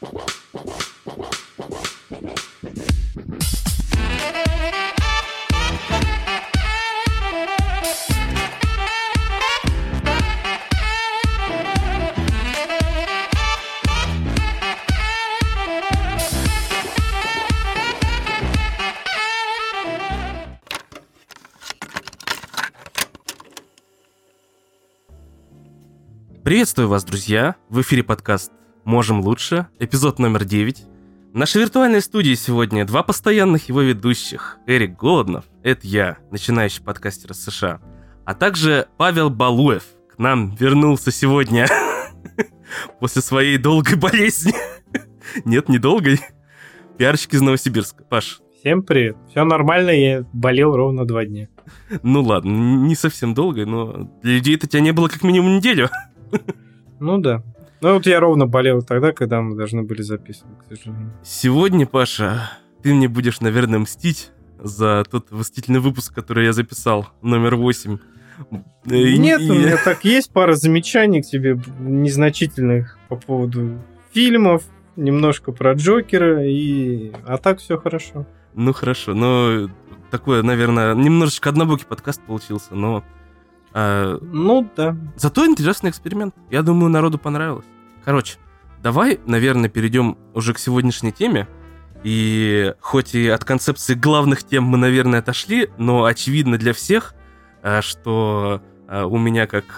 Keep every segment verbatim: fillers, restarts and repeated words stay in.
Приветствую вас, друзья! В эфире подкаст «Можем лучше», эпизод номер девять. В нашей виртуальной студии сегодня два постоянных его ведущих. Эрик Голоднов, это я, начинающий подкастер из США, а также Павел Балуев к нам вернулся сегодня после своей долгой болезни. Нет, не долгой. Пиарщик из Новосибирска. Паш. Всем привет. Все нормально, я болел ровно два дня. Ну ладно, не совсем долго, но для людей это тебя не было как минимум неделю. Ну да. Ну вот я ровно болел тогда, когда мы должны были записывать, к сожалению. Сегодня, Паша, ты мне будешь, наверное, мстить за тот восхитительный выпуск, который я записал, номер восемь. Нет, и... у меня так есть пара замечаний к тебе незначительных по поводу фильмов, немножко про Джокера, и... а так все хорошо. Ну хорошо, но такой, наверное, немножечко однобокий подкаст получился, но... А... Ну да. Зато интересный эксперимент. Я думаю, народу понравилось. Короче, давай, наверное, перейдем уже к сегодняшней теме. И хоть и от концепции главных тем мы, наверное, отошли, но очевидно для всех, что у меня как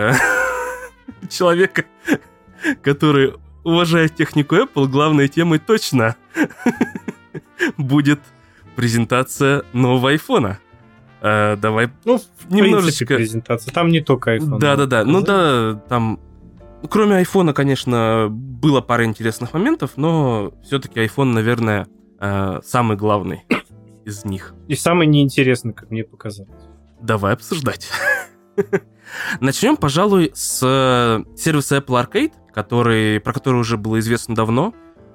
человека, который уважает технику Apple, главной темой точно будет презентация нового айфона. Uh, давай, ну, в немножечко... принципе, презентация. Там не только iPhone. Да-да-да, ну да, там... Кроме айфона, конечно, было пара интересных моментов, но все-таки iPhone, наверное, uh, самый главный из них. И самый неинтересный, как мне показалось. Давай обсуждать. Начнем, пожалуй, с сервиса Apple Arcade, который, про который уже было известно давно.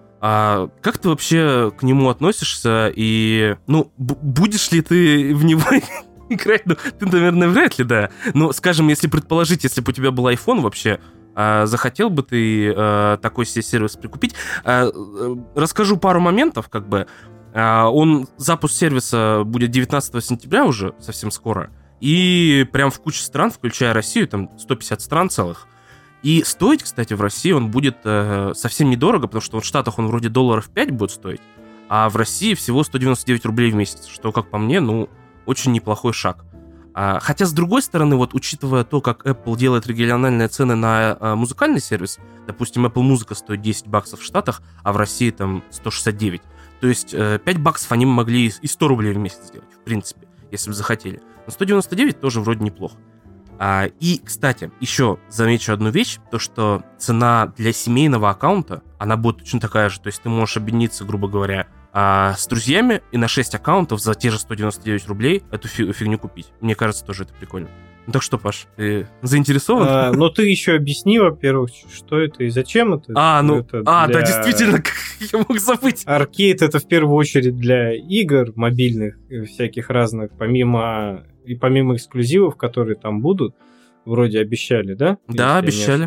А как ты вообще к нему относишься и, ну, б- будешь ли ты в него играть? Ну, ты, наверное, вряд ли, да. Но, скажем, если предположить, если бы у тебя был iPhone вообще, а, захотел бы ты а, такой себе сервис прикупить? А, расскажу пару моментов, как бы. А, он, запуск сервиса будет девятнадцатого сентября уже, совсем скоро. И прям в куче стран, включая Россию, там сто пятьдесят стран целых. И стоить, кстати, в России он будет э, совсем недорого, потому что в Штатах он вроде долларов пять будет стоить, а в России всего сто девяносто девять рублей в месяц, что, как по мне, ну, очень неплохой шаг. А, хотя, с другой стороны, вот, учитывая то, как Apple делает региональные цены на а, музыкальный сервис, допустим, Apple Музыка стоит десять баксов в Штатах, а в России там сто шестьдесят девять, то есть э, пять баксов они могли и сто рублей в месяц сделать, в принципе, если бы захотели. Но сто девяносто девять тоже вроде неплохо. А, и, кстати, еще замечу одну вещь, то что цена для семейного аккаунта, она будет точно такая же, то есть ты можешь объединиться, грубо говоря, а, с друзьями и на шесть аккаунтов за те же сто девяносто девять рублей эту фи- фигню купить. Мне кажется, тоже это прикольно. Ну так что, Паш, ты заинтересован? А, но ты еще объясни, во-первых, что это и зачем это. А, ну, это а, для... да, действительно, как я мог забыть. Аркейд — это в первую очередь для игр мобильных, всяких разных, помимо... И помимо эксклюзивов, которые там будут, вроде обещали, да? Да, обещали.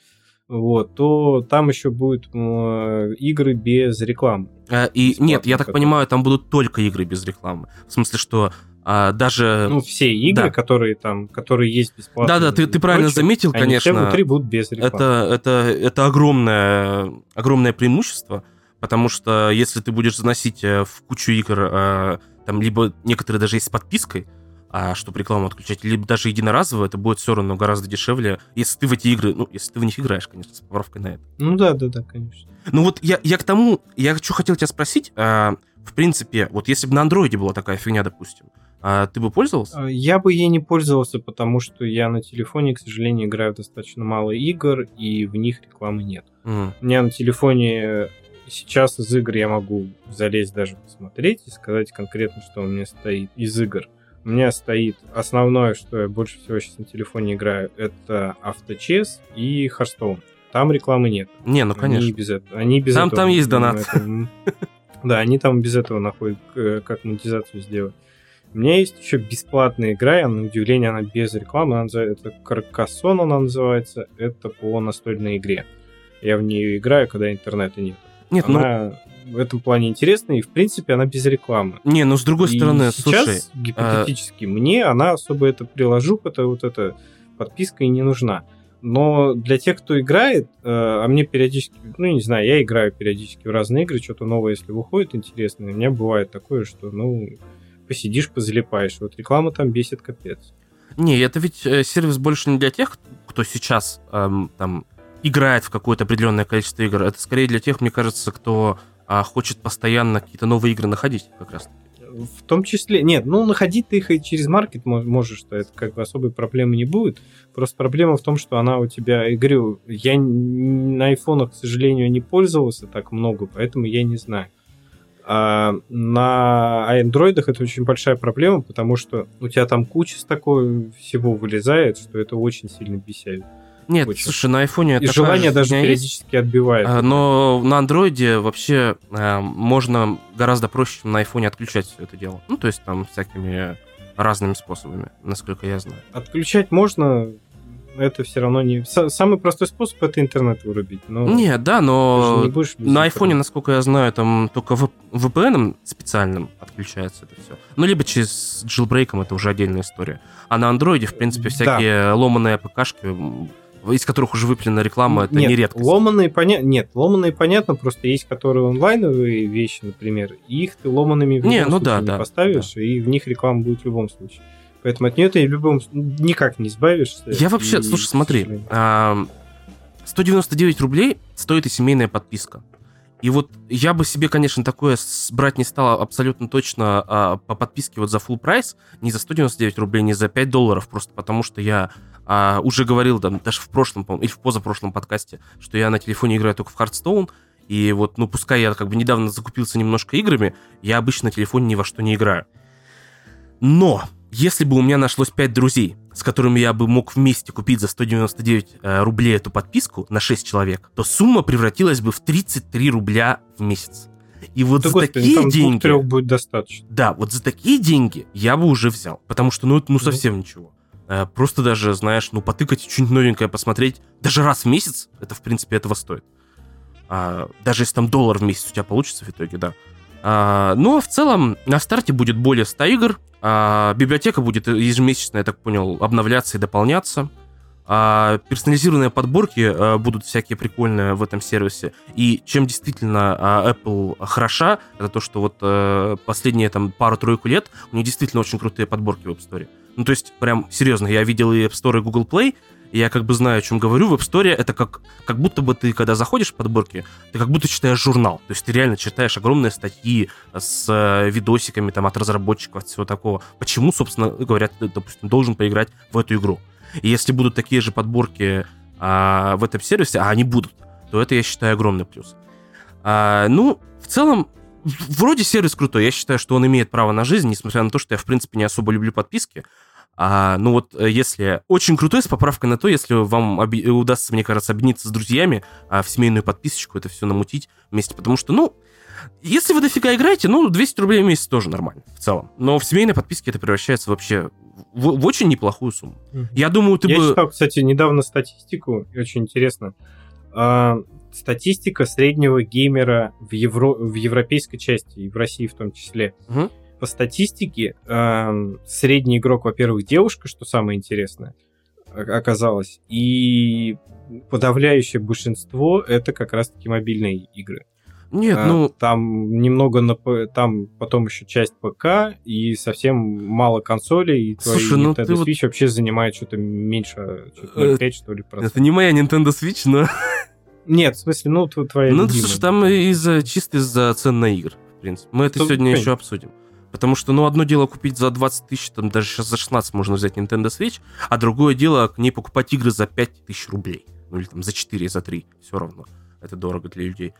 Вот, то там еще будут э, игры без рекламы. А, и нет, я так которые... понимаю, там будут только игры без рекламы. В смысле, что а, даже... Ну, все игры, да. которые там, которые есть бесплатно. Да-да, ты, ты правильно прочее, заметил, они конечно. все внутри будут без рекламы. Это, это, это огромное, огромное преимущество, потому что если ты будешь заносить в кучу игр, а, там либо некоторые даже есть с подпиской, а чтобы рекламу отключать, либо даже единоразово, это будет все равно гораздо дешевле, если ты в эти игры, ну, если ты в них играешь, конечно, с поправкой на это. Ну да, да, да, конечно. Ну вот я, я к тому, я что хотел тебя спросить, а, в принципе, вот если бы на андроиде была такая фигня, допустим, а ты бы пользовался? Я бы ей не пользовался, потому что я на телефоне, к сожалению, играю в достаточно мало игр, и в них рекламы нет. Mm. У меня на телефоне сейчас из игр я могу залезть даже посмотреть и сказать конкретно, что у меня стоит из игр. У меня стоит основное, что я больше всего сейчас на телефоне играю, это авточес и Hearthstone. Там рекламы нет. Не, ну конечно. Они без этого. Они без там, этого, там есть донат. Это, да, они там без этого находят, как монетизацию сделать. У меня есть еще бесплатная игра, и, на удивление, она без рекламы. Она называется, это Каркассон она называется. Это по настольной игре. Я в нее играю, когда интернета нет. Нет, она ну... в этом плане интересная, и, в принципе, она без рекламы. Не, ну, с другой и стороны, сейчас, слушай... гипотетически, а... мне она особо это приложуха-то, вот эта подписка и не нужна. Но для тех, кто играет, а мне периодически, ну, не знаю, я играю периодически в разные игры, что-то новое, если выходит интересное, у меня бывает такое, что, ну, посидишь, позалипаешь. Вот реклама там бесит капец. Не, это ведь сервис больше не для тех, кто сейчас эм, там играет в какое-то определенное количество игр. Это скорее для тех, мне кажется, кто а, хочет постоянно какие-то новые игры находить как раз. В том числе... Нет, ну, находить ты их и через маркет можешь, что это как бы особой проблемы не будет. Просто проблема в том, что она у тебя... Я говорю, я на айфонах, к сожалению, не пользовался так много, поэтому я не знаю. А на андроидах это очень большая проблема, потому что у тебя там куча с такой всего вылезает, что это очень сильно бесяет. Нет, очень. Слушай, на айфоне... И желание даже периодически есть, отбивает. А, но на андроиде вообще а, можно гораздо проще, чем на айфоне отключать все это дело. Ну, то есть там всякими разными способами, насколько я знаю. Отключать можно... Это все равно не... Самый простой способ — это интернет вырубить. Но не, да, но не на айфоне, насколько я знаю, там только ви пи эн специальным отключается это все. Ну, либо через джилбрейком, это уже отдельная история. А на андроиде, в принципе, всякие да. ломаные АПКшки, из которых уже выпилена реклама, это Нет, не редкость. Ломаные понятно. Нет, ломаные понятно, просто есть которые онлайновые вещи, например, и их ты ломанными в любом не, ну случае да, не да, поставишь, да. и в них реклама будет в любом случае. Поэтому от нее ты в любом никак не избавишься. Я вообще, и... слушай, смотри, сто девяносто девять рублей стоит и семейная подписка. И вот я бы себе, конечно, такое брать не стал абсолютно точно а, по подписке вот за full прайс, не за сто девяносто девять рублей, не за пять долларов, просто потому что я а, уже говорил там, даже в прошлом, или в позапрошлом подкасте, что я на телефоне играю только в Hearthstone, и вот, ну, пускай я как бы недавно закупился немножко играми, я обычно на телефоне ни во что не играю. Но если бы у меня нашлось пять друзей, с которыми я бы мог вместе купить за сто девяносто девять э, рублей эту подписку на шесть человек, то сумма превратилась бы в тридцать три рубля в месяц. И вот да за господи, такие там деньги... двух-трех будет достаточно. Да, вот за такие деньги я бы уже взял. Потому что, ну, это ну, совсем mm-hmm. ничего. Э, просто даже, знаешь, ну, потыкать, что-нибудь новенькое посмотреть, даже раз в месяц, это, в принципе, этого стоит. А, даже если там доллар в месяц у тебя получится в итоге, да. А, ну, а в целом на старте будет более ста игр, а, библиотека будет ежемесячно, я так понял, обновляться и дополняться. А, персонализированные подборки а, будут всякие прикольные в этом сервисе. И чем действительно а, Apple хороша, это то, что вот а, последние там пару-тройку лет у них действительно очень крутые подборки в App Store. Ну, то есть, прям серьезно, я видел и App Store, и Google Play, и я как бы знаю, о чем говорю. В App Store это как, как будто бы ты, когда заходишь в подборки, ты как будто читаешь журнал. То есть ты реально читаешь огромные статьи с э, видосиками там, от разработчиков, всего такого. Почему, собственно говоря, ты, допустим, должен поиграть в эту игру? И если будут такие же подборки а, в этом сервисе, а они будут, то это, я считаю, огромный плюс. А, ну, в целом, вроде сервис крутой. Я считаю, что он имеет право на жизнь, несмотря на то, что я, в принципе, не особо люблю подписки. А, ну вот, если... Очень крутой, с поправкой на то, если вам оби... удастся, мне кажется, объединиться с друзьями, а в семейную подписочку это все намутить вместе, потому что, ну, если вы дофига играете, ну, двести рублей в месяц тоже нормально, в целом. Но в семейной подписке это превращается вообще в, в очень неплохую сумму. Mm-hmm. Я думаю, ты Я бы... Я читал, кстати, недавно статистику, очень интересно. А, статистика среднего геймера в, Евро... в европейской части, и в России в том числе. Mm-hmm. По статистике, э, средний игрок, во-первых, девушка, что самое интересное, оказалось, и подавляющее большинство это как раз-таки мобильные игры. Нет, а, ну... Там немного, на, там потом еще часть ПК, и совсем мало консолей, и Слушай, твои ну Nintendo ты Switch вот... вообще занимает что-то меньше, что-то ноль целых пять, что ли, процентов. Это не моя Nintendo Switch, но... Нет, в смысле, ну, твоя Ну, любимая. слушай, там из-за, чисто из-за цен на игры, в принципе. Мы это, это сегодня понятно. Еще обсудим. Потому что, ну, одно дело купить за двадцать тысяч, там даже сейчас за шестнадцать можно взять Nintendo Switch, а другое дело к ней покупать игры за пять тысяч рублей. Ну, или там за четыре, за три. Все равно. Это дорого для людей.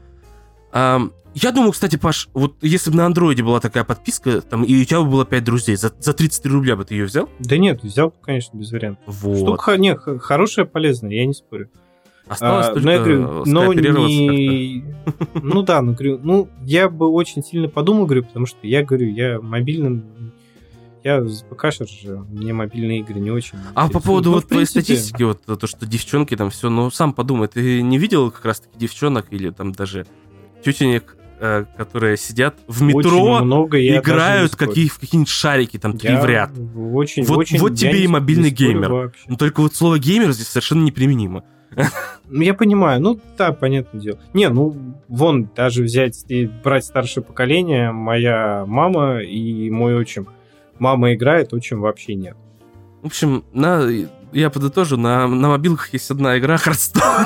А, я думаю, кстати, Паш, вот если бы на андроиде была такая подписка, там, и у тебя бы было пять друзей, за, за тридцать три рубля бы ты ее взял? Да нет, взял, конечно, без вариантов. Вот. Штука, не, хорошая, полезная, я не спорю. Осталось а, только но я говорю, но не... Ну да, ну, говорю, ну, я бы очень сильно подумал, говорю, потому что я говорю, я мобильным... Я ПКшер же, мне мобильные игры не очень. А по поводу ну, вот твоей принципе... статистики, вот то, что девчонки там все, ну сам подумай, ты не видел как раз-таки девчонок или там даже тетенек, э, которые сидят в метро, много, играют какие, в какие-нибудь шарики, там, три я в ряд. Очень, вот очень, вот тебе и мобильный геймер. Вообще. Но только вот слово геймер здесь совершенно неприменимо. Ну, я понимаю, ну, да, понятное дело. Не, ну, вон, даже взять и брать старшее поколение, моя мама и мой отчим. Мама играет, отчим вообще нет. В общем, на, я подытожу, на, на мобилках есть одна игра, Hearthstone.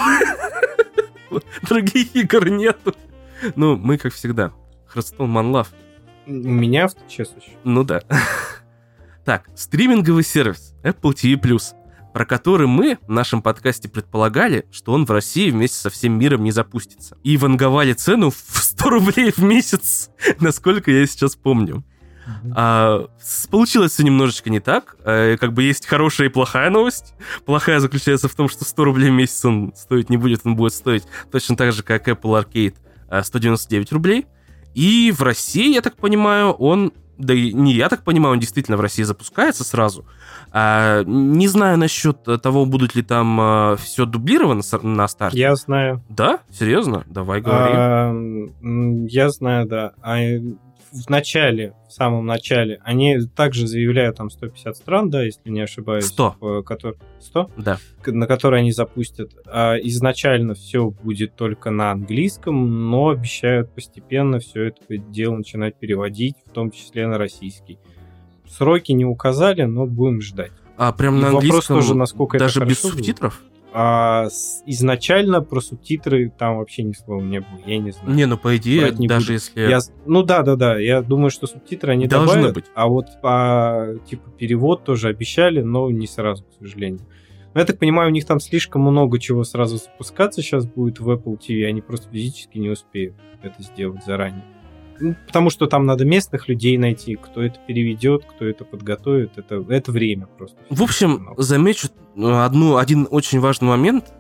Других игр нету. Ну, мы, как всегда, Hearthstone One Love. У меня в ТЧС еще. Ну да. Так, стриминговый сервис Apple ти ви плюс, про который мы в нашем подкасте предполагали, что он в России вместе со всем миром не запустится. И ванговали цену в сто рублей в месяц, насколько я сейчас помню. Uh-huh. А, получилось все немножечко не так. А, как бы есть хорошая и плохая новость. Плохая заключается в том, что сто рублей в месяц он стоить не будет, он будет стоить точно так же, как Apple Arcade, сто девяносто девять рублей. И в России, я так понимаю, он... Да и не я так понимаю, он действительно в России запускается сразу. А, не знаю насчет того, будут ли там а, все дублировано на старте. Я знаю. Да? Серьезно? Давай говори. А, я знаю, да. А в начале, в самом начале, они также заявляют там сто пятьдесят стран, да, если не ошибаюсь. сто. Который... сто? Да. На которые они запустят. А изначально все будет только на английском, но обещают постепенно все это дело начинать переводить, в том числе на российский. Сроки не указали, но будем ждать. А прям на английском вопрос тоже, насколько даже это без будет. Субтитров? А с, изначально про субтитры там вообще ни слова не было, я не знаю. Не, ну по идее, не даже буду. если... Я, ну да, да, да, я думаю, что субтитры они должны добавят, быть. А вот по, типа перевод тоже обещали, но не сразу, к сожалению. Но я так понимаю, у них там слишком много чего сразу запускаться сейчас будет в Apple ти ви, они просто физически не успеют это сделать заранее. Ну, потому что там надо местных людей найти, кто это переведет, кто это подготовит. Это, это время просто. В общем, замечу одну, один очень важный момент.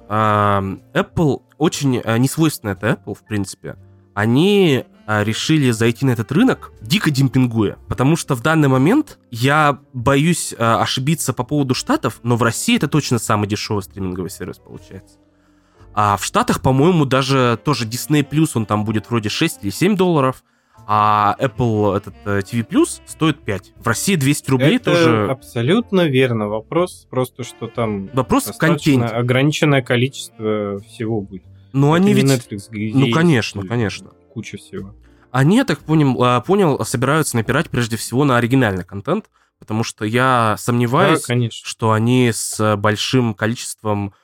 Apple очень несвойственно это Apple, в принципе. Они решили зайти на этот рынок, дико демпингуя. Потому что в данный момент я боюсь ошибиться по поводу Штатов, но в России это точно самый дешевый стриминговый сервис получается. А в Штатах, по-моему, даже тоже Disney+, он там будет вроде шесть или семь долларов, а Apple этот ти ви плюс стоит пять. В России двести рублей это тоже... абсолютно верно. Вопрос просто, что там вопрос в контенте. Ограниченное количество всего будет. Ну, это они ведь... Netflix, ну, конечно, конечно. Куча всего. Они, я так понял, понял, собираются напирать прежде всего на оригинальный контент, потому что я сомневаюсь, да, что они с большим количеством...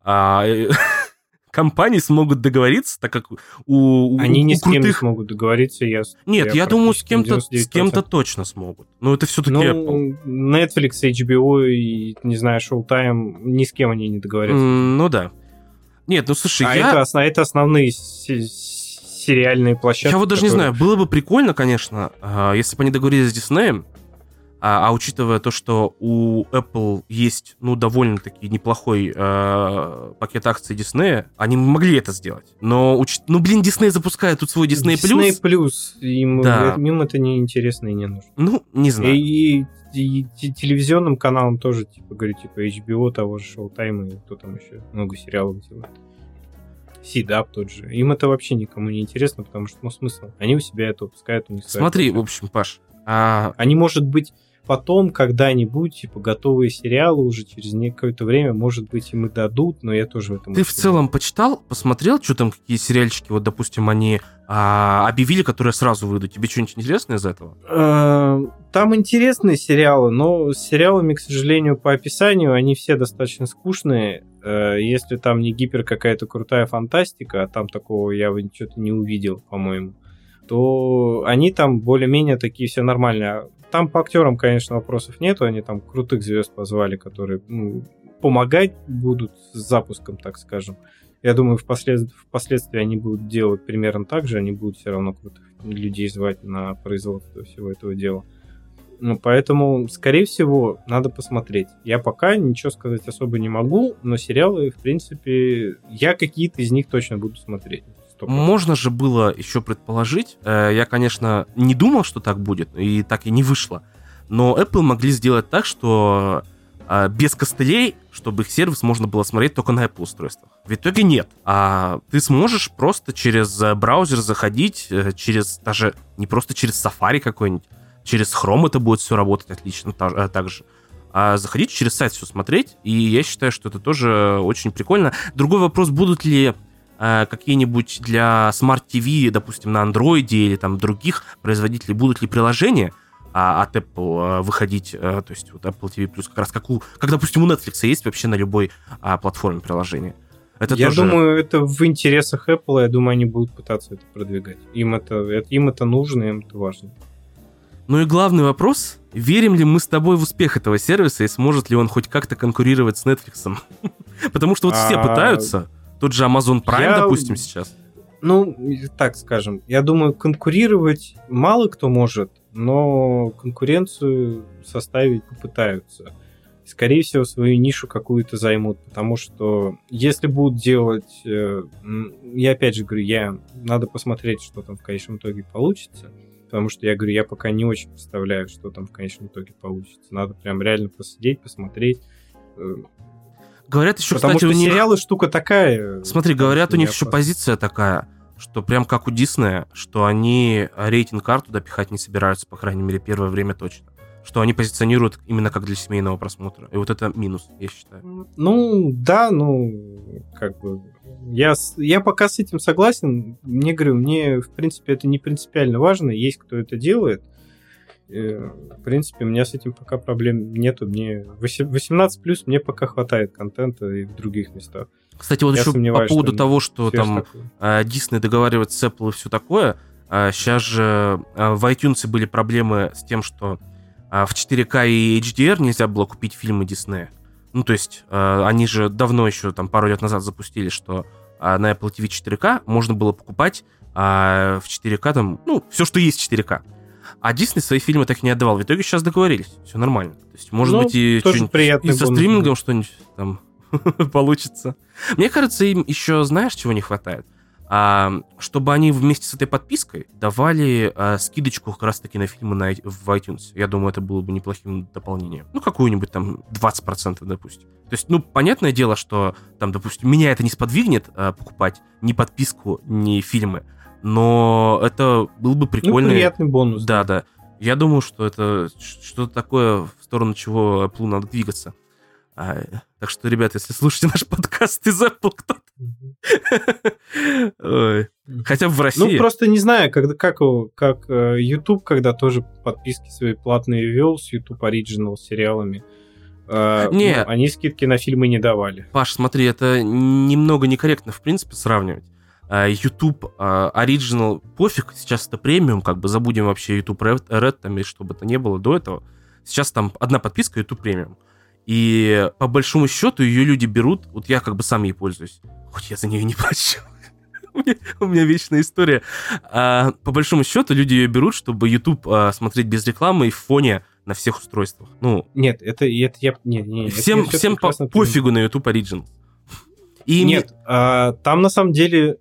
компании смогут договориться, так как у, Они у, ни у с кем крутых... не смогут договориться. Я, Нет, я, я думаю, с кем-то, с кем-то точно смогут. Но это все-таки ну, Apple. Netflix, эйч би о и, не знаю, Showtime, ни с кем они не договорятся. Mm, ну да. Нет, ну слушай, а я... это, основ... это основные сериальные площадки. Я вот даже которые... не знаю, было бы прикольно, конечно, если бы они договорились с Disney. А, а учитывая то, что у Apple есть, ну, довольно-таки неплохой э, пакет акций Disney, они могли это сделать. Но, уч... ну, блин, Disney запускает тут свой Disney+. Disney+, Plus, им, да. им это не интересно и не нужно. Ну, не знаю. И, и, и телевизионным каналам тоже, типа, говорю, типа, эйч би о, того же Showtime, и кто там еще, много сериалов делает. Сидап тот же. Им это вообще никому не интересно, потому что, ну, смысл? Они у себя это выпускают, у них... Смотри, в общем, Паш, а... они, может быть... Потом, когда-нибудь, типа, готовые сериалы уже через какое-то время, может быть, им и дадут, но я тоже в этом... Ты в целом почитал, посмотрел, что там, какие сериальчики, вот, допустим, они а, объявили, которые сразу выйдут? Тебе что-нибудь интересное из этого? Там интересные сериалы, но с сериалами, к сожалению, по описанию, они все достаточно скучные. Если там не гипер какая-то крутая фантастика, а там такого я что-то не увидел, по-моему, то они там более-менее такие все нормальные. Там по актерам, конечно, вопросов нету, они там крутых звезд позвали, которые, ну, помогать будут с запуском, так скажем. Я думаю, впослед... впоследствии они будут делать примерно так же, они будут все равно крутых людей звать на производство всего этого дела. Ну, поэтому, скорее всего, надо посмотреть. Я пока ничего сказать особо не могу, но сериалы, в принципе, я какие-то из них точно буду смотреть. сто процентов. Можно же было еще предположить, я, конечно, не думал, что так будет, и так и не вышло, Но Apple могли сделать так, что а, без костылей, чтобы их сервис можно было смотреть только на Apple устройствах. В итоге нет. А ты сможешь просто через браузер заходить, через даже не просто через Safari какой-нибудь, через Chrome это будет все работать отлично также. А заходить через сайт все смотреть, и я считаю, что это тоже очень прикольно. Другой вопрос, будут ли а, какие-нибудь для Smart ти ви, допустим, на Android или там других производителей, будут ли приложения а, от Apple а, выходить, а, то есть вот Apple ти ви Plus, как раз как, у, как, допустим, у Netflix есть вообще на любой а, платформе приложения. Это я тоже... думаю, это в интересах Apple, я думаю, они будут пытаться это продвигать. Им это, это, им это нужно, им это важно. Ну и главный вопрос, верим ли мы с тобой в успех этого сервиса и сможет ли он хоть как-то конкурировать с Netflix? Потому что вот все пытаются. Тот же Amazon Prime, я... допустим, сейчас. Ну, так скажем, я думаю, конкурировать мало кто может, но конкуренцию составить попытаются. Скорее всего, свою нишу какую-то займут, потому что если будут делать... Я опять же говорю, я надо посмотреть, что там в конечном итоге получится. Потому что, я говорю, я пока не очень представляю, что там в конечном итоге получится. Надо прям реально посидеть, посмотреть. Говорят еще, Потому кстати, что у них... сериалы штука такая. Смотри, говорят, у них еще позиция такая, что прям как у Диснея, что они рейтинг-карту туда пихать не собираются, по крайней мере, первое время точно. Что они позиционируют именно как для семейного просмотра. И вот это минус, я считаю. Ну, да, ну, как бы... Я, я пока с этим согласен. Мне, говорю, мне, в принципе, это не принципиально важно. Есть кто это делает. В принципе, у меня с этим пока проблем нету. Мне восемнадцать плюс, мне пока хватает контента и в других местах. Кстати, вот я еще по поводу что того, что там Disney договаривается с Apple и все такое. Сейчас же в iTunes были проблемы с тем, что в четыре ка и эйч ди ар нельзя было купить фильмы Disney. Ну, то есть, э, они же давно еще, там, пару лет назад запустили, что э, на Apple ти ви четыре ка можно было покупать э, в четыре ка, там, ну, все, что есть в четыре ка. А Disney свои фильмы так и не отдавал. В итоге сейчас договорились, все нормально. То есть, может ну, быть, и, и со стримингом что-нибудь там получится. Мне кажется, им еще, знаешь, чего не хватает? А, чтобы они вместе с этой подпиской давали а, скидочку как раз-таки на фильмы на, в iTunes. Я думаю, это было бы неплохим дополнением. Ну, какую-нибудь там двадцать процентов, допустим. То есть, ну, понятное дело, что там, допустим, меня это не сподвигнет а, покупать ни подписку, ни фильмы, но это был бы прикольный... Ну, приятный бонус. Да, да. Я думаю, что это что-то такое, в сторону чего Apple надо двигаться. А, так что, ребята, если слушаете наш подкаст из Apple, кто-то... Ой. Хотя бы в России. Ну, просто не знаю, когда, как, как YouTube, когда тоже подписки свои платные вел с YouTube Original сериалами, э, не. Ну, они скидки на фильмы не давали. Паш, смотри, это немного некорректно, в принципе, сравнивать. YouTube Original пофиг, сейчас это премиум, как бы забудем вообще YouTube Red, там, и что бы то ни было до этого. Сейчас там одна подписка YouTube премиум. И по большому счету ее люди берут, вот я как бы сам ей пользуюсь, хоть я за нее не плачу. у, меня, у меня вечная история. А, по большому счету люди ее берут, чтобы YouTube а, смотреть без рекламы и в фоне на всех устройствах. Ну, нет, это, это я... Нет, нет, всем это всем по, пофигу на YouTube Original. И нет, мне... а, там на самом деле...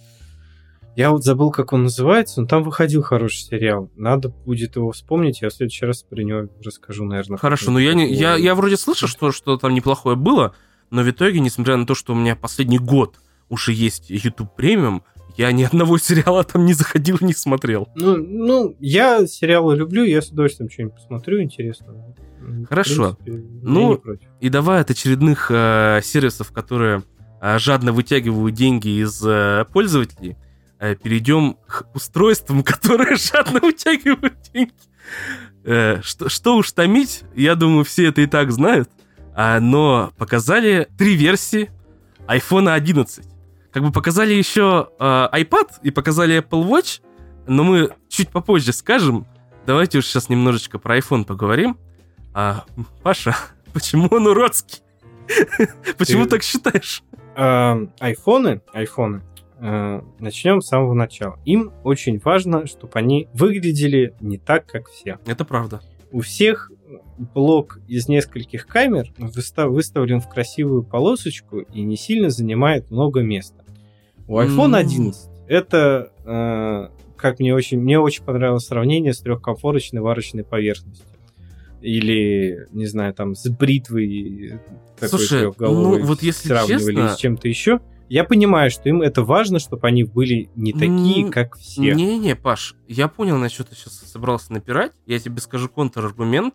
Я вот забыл, как он называется, но там выходил хороший сериал. Надо будет его вспомнить, я в следующий раз про него расскажу, наверное. Хорошо, но я, не, я, я вроде слышал, что, что там неплохое было, но в итоге, несмотря на то, что у меня последний год уже есть YouTube премиум, я ни одного сериала там не заходил, не смотрел. Ну, ну я сериалы люблю, я с удовольствием что-нибудь посмотрю интересно. Хорошо. Принципе, ну, и давай от очередных э, сервисов, которые э, жадно вытягивают деньги из э, пользователей, перейдем к устройствам, которые жадно вытягивают деньги. Что, что уж томить, я думаю, все это и так знают. Но показали три версии айфон одиннадцать. Как бы показали еще iPad и показали Apple Watch, но мы чуть попозже скажем. Давайте уж сейчас немножечко про iPhone поговорим. А, Паша, почему он уродский? Почему так считаешь? Айфоны, айфоны. Начнем с самого начала. Им очень важно, чтобы они выглядели не так, как все. Это правда. У всех блок из нескольких камер выставлен в красивую полосочку и не сильно занимает много места. У айфон одиннадцать это, э, как мне очень, мне очень понравилось сравнение с трехкомфорочной варочной поверхностью. или, не знаю, там, с бритвой такой Слушай, трехголовой ну, вот если сравнивали честно... с чем-то еще. Я понимаю, что им это важно, чтобы они были не такие, как все. Не-не, Паш, я понял, на что ты сейчас собрался напирать. Я тебе скажу контраргумент.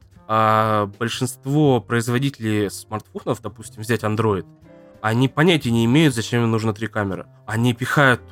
А большинство производителей смартфонов, допустим, взять Android, они понятия не имеют, зачем им нужно три камеры. Они пихают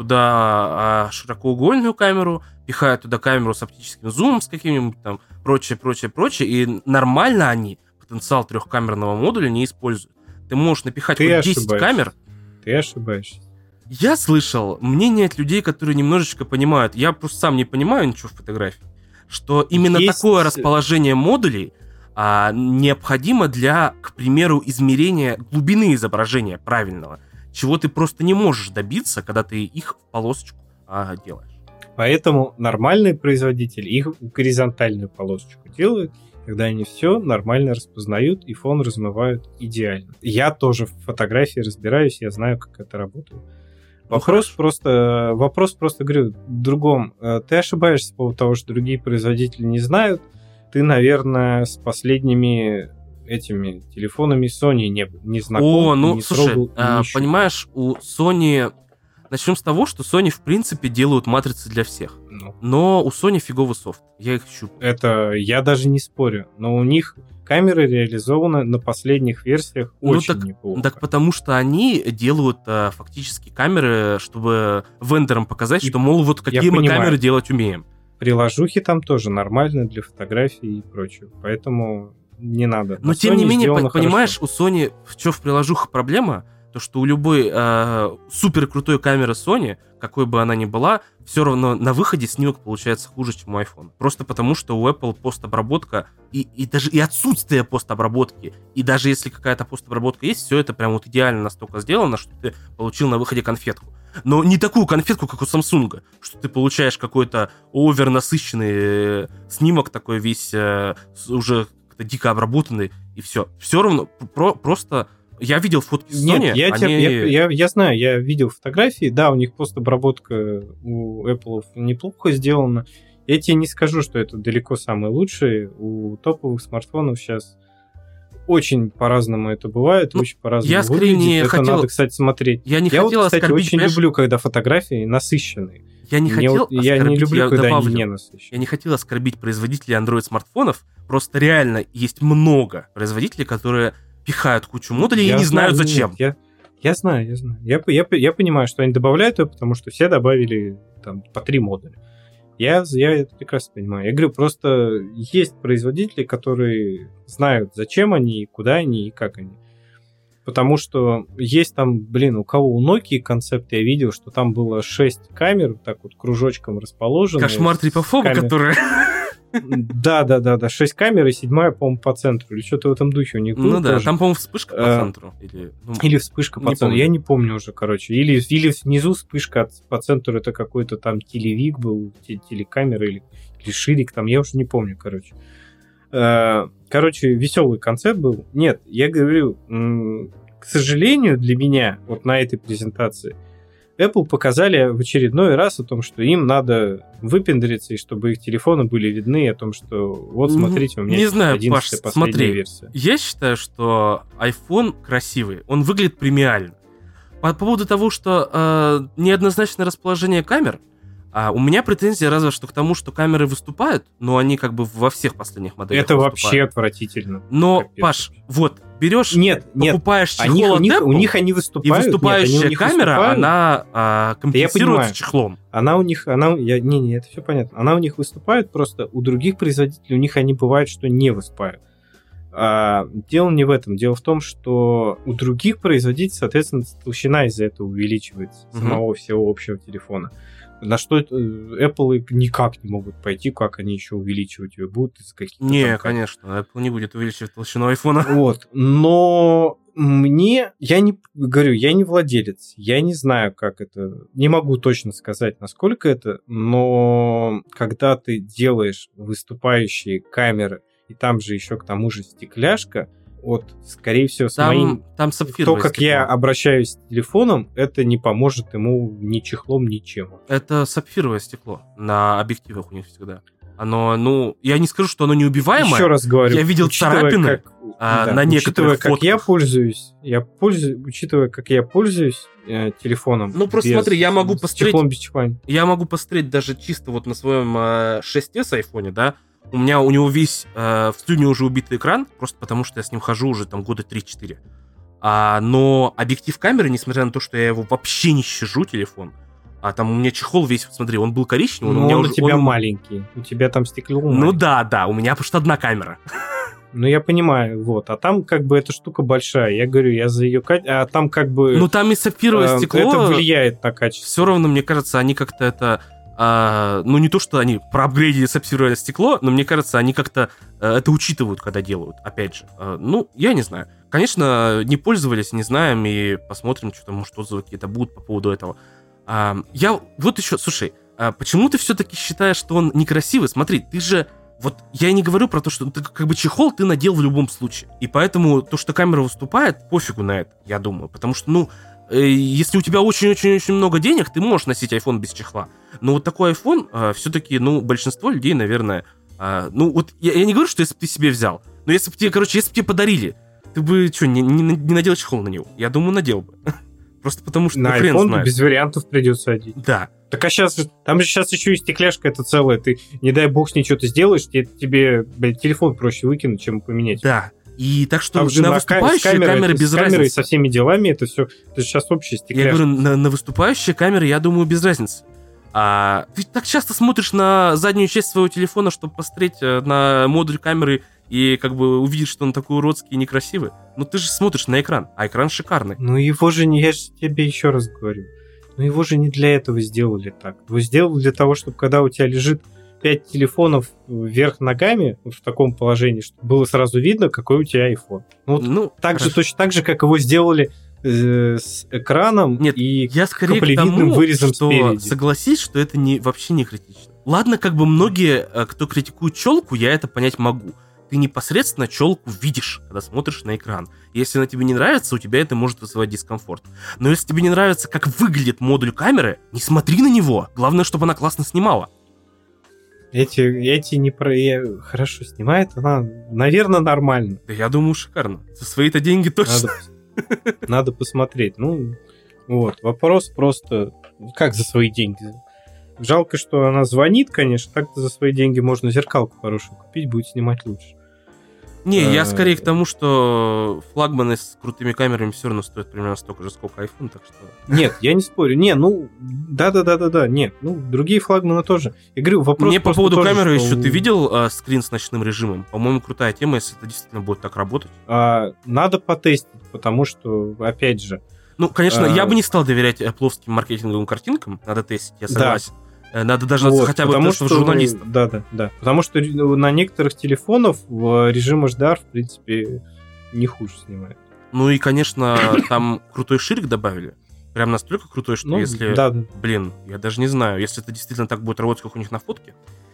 туда широкоугольную камеру, пихают туда камеру с оптическим зумом, с каким-нибудь там, прочее, прочее, прочее, и нормально они потенциал трехкамерного модуля не используют. Ты можешь напихать Ты хоть десять ошибаешься. камер. Ты ошибаешься. Я слышал мнение от людей, которые немножечко понимают, я просто сам не понимаю ничего в фотографии, что именно Есть... такое расположение модулей а, необходимо для, к примеру, измерения глубины изображения правильного, чего ты просто не можешь добиться, когда ты их в полосочку а, делаешь. Поэтому нормальные производители их в горизонтальную полосочку делают, когда они все нормально распознают и фон размывают идеально. Я тоже в фотографии разбираюсь, я знаю, как это работает. Вопрос ну, просто, вопрос просто, говорю, в другом. Ты ошибаешься по поводу того, что другие производители не знают. Ты, наверное, с последними этими телефонами Sony не, не знаком. О, ну, не слушай, трогал, а, понимаешь, у Sony... Начнем с того, что Sony, в принципе, делают матрицы для всех. Ну. Но у Sony фиговый софт. Я их щупал. Это я даже не спорю. Но у них камеры реализованы на последних версиях ну, очень так, неплохо. Так потому что они делают а, фактически камеры, чтобы вендорам показать, и что, мол, вот какие мы понимаю. камеры делать умеем. Приложухи там тоже нормально для фотографий и прочего. Поэтому не надо. Но, тем не менее, понимаешь, хорошо. У Sony в чем в приложухах проблема? То, что у любой э, супер крутой камеры Sony, какой бы она ни была, все равно на выходе снимок получается хуже, чем у iPhone. Просто потому, что у Apple постобработка и, и даже и отсутствие постобработки, и даже если какая-то постобработка есть, все это прям вот идеально настолько сделано, что ты получил на выходе конфетку. Но не такую конфетку, как у Samsung, что ты получаешь какой-то овернасыщенный э, снимок, такой весь э, уже дико обработанный, и все. Все равно про, просто... Я видел фотки с Sony. Нет, я, они... тебя, я, я, я знаю, я видел фотографии. Да, у них постобработка у Apple неплохо сделана. Я тебе не скажу, что это далеко самые лучшие. У топовых смартфонов сейчас очень по-разному это бывает, ну, очень по-разному я выглядит. Не это хотел... надо, кстати, смотреть. Я не я хотел вот, кстати, оскорбить, очень понимаешь? люблю, когда фотографии насыщенные. Я не хотел вот, Я не люблю, я когда добавлю. они не насыщенные. Я не хотел оскорбить производителей Android-смартфонов. Просто реально есть много производителей, которые пихают кучу модулей я и не знаю, знают зачем. Нет, я, я знаю, я знаю. Я, я, я понимаю, что они добавляют ее, потому что все добавили там по три модуля. Я, я это прекрасно понимаю. Я говорю, просто есть производители, которые знают, зачем они, куда они и как они. Потому что есть там, блин, у кого у Nokia концепт я видел, что там было шесть камер, так вот кружочком расположены. Кошмар трипофоба, который... Да, да, да, да. Шесть камер и седьмая, по-моему, по центру. Или что-то в этом духе у них было. Ну да, тоже. Там, по-моему, вспышка по а, центру. Или, ну, или вспышка по центру. Помню. Я не помню уже, короче. Или, или внизу вспышка от, по центру, это какой-то там телевик был, телекамера или, или ширик там, я уже не помню, короче. А, короче, веселый концепт был. Нет, я говорю, м- к сожалению, для меня, вот на этой презентации, Apple показали в очередной раз о том, что им надо выпендриться, и чтобы их телефоны были видны, о том, что вот, смотрите, у меня не знаю, одиннадцатая Паш, последняя смотри, версия. Я считаю, что iPhone красивый, он выглядит премиально. По поводу того, что э, неоднозначное расположение камер, а у меня претензия разве что к тому, что камеры выступают, но они как бы во всех последних моделях Это выступают. вообще отвратительно. Но, Капец. Паш, вот, берешь, нет, нет. покупаешь чехол они, от у, них, Apple, у них они выступают. и выступающая нет, они у камера, выступают. она а, компенсируется чехлом. Она у них, она, я, не, не, это все понятно. Она у них выступает, просто у других производителей у них они бывают, что не выступают. А, дело не в этом. Дело в том, что у других производителей, соответственно, толщина из-за этого увеличивается mm-hmm. самого всего общего телефона. На что Apple никак не могут пойти, как они еще увеличивать ее будут из каких-то. Не, там, конечно, Apple не будет увеличивать толщину айфона. Вот, но мне, я не говорю, я не владелец, я не знаю, как это, не могу точно сказать, насколько это, но когда ты делаешь выступающие камеры, и там же еще к тому же стекляшка, вот, скорее всего, с там, моим... Там то, как стекло. я обращаюсь с телефоном, это не поможет ему ни чехлом, ничем. Это сапфировое стекло на объективах у них всегда. Оно, ну, я не скажу, что оно неубиваемое. Еще раз говорю, я видел царапины как, а, да, на некоторых учитывая, как я пользуюсь, я пользуюсь, учитывая, как я пользуюсь э, телефоном. Ну, просто без, смотри, я могу посмотреть... чехлом без чехла. Я могу посмотреть даже чисто вот на своем э, шесть эс айфоне, да, у меня у него весь э, в слюне уже убитый экран, просто потому что я с ним хожу уже там года три-четыре. А, но объектив камеры, несмотря на то, что я его вообще не щажу, телефон, а там у меня чехол весь, смотри, он был коричневый, но ну, у меня он уже... у тебя он... маленький, у тебя там стекло маленькое. Ну да, да, у меня просто одна камера. Ну, я понимаю, вот. А там как бы эта штука большая. Я говорю, я за ее качество... А там как бы... Ну, там и сапфировое э, стекло... Это влияет на качество. Все равно, мне кажется, они как-то это... Uh, ну, не то, что они проапгрейдили сапфировое стекло, но мне кажется, они как-то uh, это учитывают, когда делают, опять же. Uh, ну, я не знаю. Конечно, не пользовались, не знаем, и посмотрим, что там, может, отзывы какие-то будут по поводу этого. Uh, я вот еще, слушай, uh, почему ты все-таки считаешь, что он некрасивый? Смотри, ты же... Вот я не говорю про то, что ты как бы чехол ты надел в любом случае. И поэтому то, что камера выступает, пофигу на это, я думаю. Потому что, ну, если у тебя очень-очень-очень много денег, ты можешь носить iPhone без чехла. Но вот такой iPhone, э, все-таки, ну, большинство людей, наверное... Э, ну, вот я, я не говорю, что если бы ты себе взял, но если бы тебе, короче, если бы тебе подарили, ты бы что, не, не, не надел чехол на него? Я думаю, надел бы. Просто потому что, на ну, хрен iPhone знает. без вариантов придется одеть. Да. Так а сейчас, там же сейчас еще и стекляшка это целая. Ты, не дай бог, с ней что-то сделаешь, тебе, тебе блядь, телефон проще выкинуть, чем поменять. Да. И так что там на, на выступающие камеры, камеры без с камерой, разницы. со всеми делами, это все, это же сейчас общая стекляшка. Я говорю, на, на выступающие камеры, я думаю, без разницы. А ты так часто смотришь на заднюю часть своего телефона, чтобы посмотреть на модуль камеры и как бы увидеть, что он такой уродский и некрасивый. Ну ты же смотришь на экран, а экран шикарный. Ну его же не, я же тебе еще раз говорю, ну его же не для этого сделали так. Его сделали для того, чтобы когда у тебя лежит пять телефонов вверх ногами в таком положении, чтобы было сразу видно, какой у тебя iPhone. Ну, вот ну так же, точно так же, как его сделали э, с экраном. Нет, и я скорее к тому, вырезом что спереди. Согласись, что это не, вообще не критично. Ладно, как бы многие, кто критикует челку, я это понять могу. Ты непосредственно челку видишь, когда смотришь на экран. Если она тебе не нравится, у тебя это может вызывать дискомфорт. Но если тебе не нравится, как выглядит модуль камеры, не смотри на него. Главное, чтобы она классно снимала. Эти, эти не про... Хорошо снимает, она, наверное, нормально. Да я думаю, шикарно. За свои-то деньги точно. Надо, надо посмотреть. Ну, вот. Вопрос просто, как за свои деньги? Жалко, что она звонит, конечно. Так-то за свои деньги можно зеркалку хорошую купить, будет снимать лучше. Не, я скорее к тому, что флагманы с крутыми камерами все равно стоят примерно столько же, сколько iPhone, так что... Нет, я не спорю. Не, ну, да-да-да-да-да, нет. Ну, другие флагманы тоже. Я говорю, вопрос... Мне по поводу тоже, камеры что... еще, ты видел а, скрин с ночным режимом? По-моему, крутая тема, если это действительно будет так работать. А, надо потестить, потому что, опять же... Ну, конечно, а... я бы не стал доверять пловским маркетинговым картинкам, надо тестить, я согласен. Да. Надо даже вот, хотя бы потому что журналиста. Да, да, да. Потому что на некоторых телефонах режим эйч ди ар, в принципе, не хуже снимает. Ну и, конечно, там крутой ширик добавили. Прям настолько крутой, что ну, если... Да, да. Блин, я даже не знаю, если это действительно так будет работать, как у них на фотке.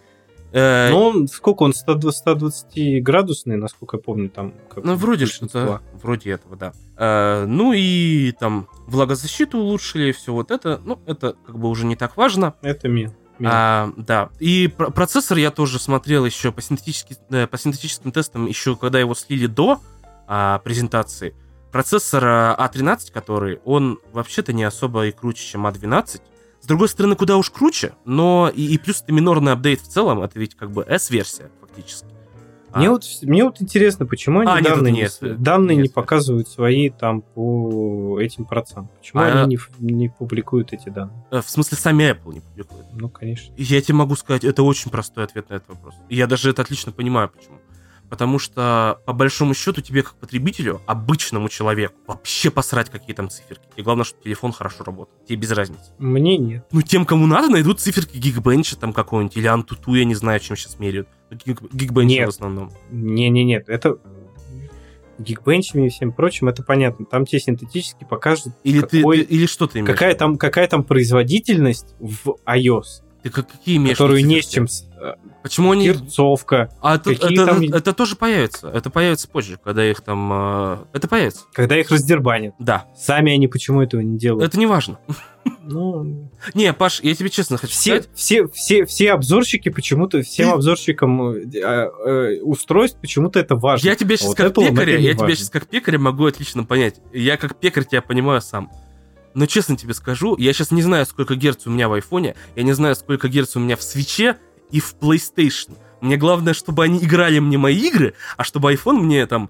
Ну, он, сколько он, сто двадцатиградусный, насколько я помню, там... Ну, вроде что-то, вроде этого, да. А, ну и там влагозащиту улучшили, все вот это, ну, это как бы уже не так важно. Это мил. А, да, и пр- процессор я тоже смотрел еще по, синтетически, э, по синтетическим тестам, еще когда его слили до а, презентации. Процессор а тринадцать, который, он вообще-то не особо и круче, чем а двенадцать. С другой стороны, куда уж круче, но и, и плюс это минорный апдейт в целом, это ведь как бы S-версия фактически. Мне, а. вот, мне вот интересно, почему они а, данные, нет, не, нет, данные нет. не показывают свои там по этим процентам. Почему а, они не, не публикуют эти данные? В смысле, сами Apple не публикуют. Ну, конечно. Я тебе могу сказать, это очень простой ответ на этот вопрос. И я даже это отлично понимаю, почему. Потому что, по большому счету, тебе как потребителю, обычному человеку, вообще посрать, какие там циферки. И главное, чтобы телефон хорошо работал. Тебе без разницы. Мне нет. Ну, тем, кому надо, найдут циферки Geekbench там какого-нибудь, или Antutu, я не знаю, чем сейчас меряют. Geekbench нет. в основном. Не-не-нет, это... Geekbench и всем прочим, это понятно. Там тебе синтетически покажут, или, какой... ты, или что ты имеешь? Какая там, какая там производительность в iOS. Ты как, какие имеешь? Которую не с чем... Почему они... Герцовка. А это, это, там... это, это тоже появится. Это появится позже, когда их там... Это появится. Когда их раздербанят. Да. Сами они почему этого не делают? Это не важно. Ну... Не, Паш, я тебе честно хочу все, сказать... Все, все, все обзорщики почему-то... Всем Ты... обзорщикам э, э, устройств почему-то это важно. Я тебе сейчас вот как пекаря... Я тебе сейчас как пекаря могу отлично понять. Я как пекарь тебя понимаю сам. Но честно тебе скажу, я сейчас не знаю, сколько герц у меня в айфоне, я не знаю, сколько герц у меня в свитче и в PlayStation. Мне главное, чтобы они играли мне мои игры, а чтобы iPhone мне там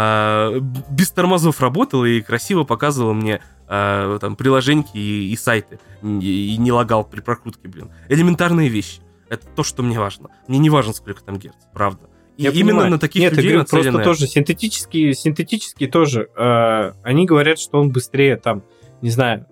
э, без тормозов работал и красиво показывал мне э, там приложеньки и, и сайты, и, и не лагал при прокрутке, блин. Элементарные вещи. Это то, что мне важно. Мне не важно, сколько там герц, правда. И я именно понимаю. на таких Нет, людей говорю, нацелены... просто тоже синтетические, синтетические тоже. Э, они говорят, что он быстрее там, не знаю,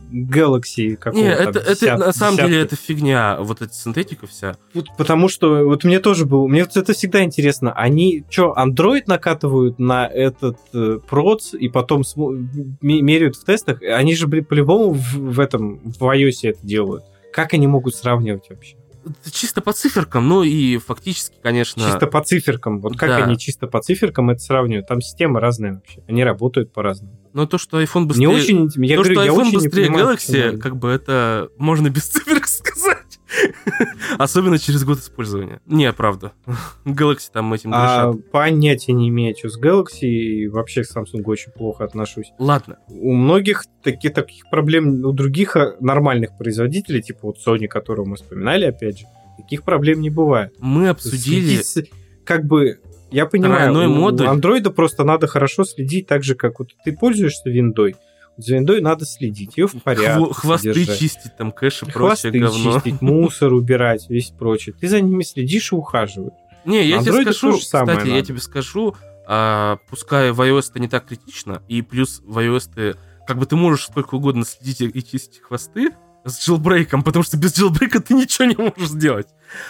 Galaxy какого-то. Не, это, там, десят, это на самом десятки. деле это фигня, вот эта синтетика вся. Вот потому что вот мне тоже было, мне вот это всегда интересно. Они что, Android накатывают на этот э, проц и потом см- меряют в тестах? Они же, блин, по-любому в, в этом, в iOS это делают. Как они могут сравнивать вообще? Чисто по циферкам, ну и фактически, конечно... Чисто по циферкам. Вот как да. они чисто по циферкам это сравнивают? Там системы разные вообще. Они работают по-разному. Но то, что iPhone быстрее... Не очень... Я то, говорю, что я iPhone очень быстрее не понимаю, Galaxy, как бы это можно без циферок сказать. Особенно через год использования. Не, правда. Galaxy там этим а, грешат. Понятия не имею, что с Galaxy, и вообще к Samsung очень плохо отношусь. Ладно. У многих таки, таких проблем, у других нормальных производителей, типа вот Sony, которого мы вспоминали, опять же, таких проблем не бывает. Мы обсудили... Следить, как бы, я понимаю, у модуль. Android просто надо хорошо следить, так же, как вот ты пользуешься Windows. За Windows надо следить, ее в порядке Хвосты содержать. чистить, там кэш и Хвосты прочее говно. чистить, мусор убирать, весь прочее. Ты за ними следишь и ухаживаешь. Не, я тебе скажу, кстати, надо. я тебе скажу, а, пускай в iOS это не так критично, и плюс в iOS ты, как бы ты можешь сколько угодно следить и чистить хвосты с джилбрейком, потому что без джилбрейка ты ничего не можешь сделать.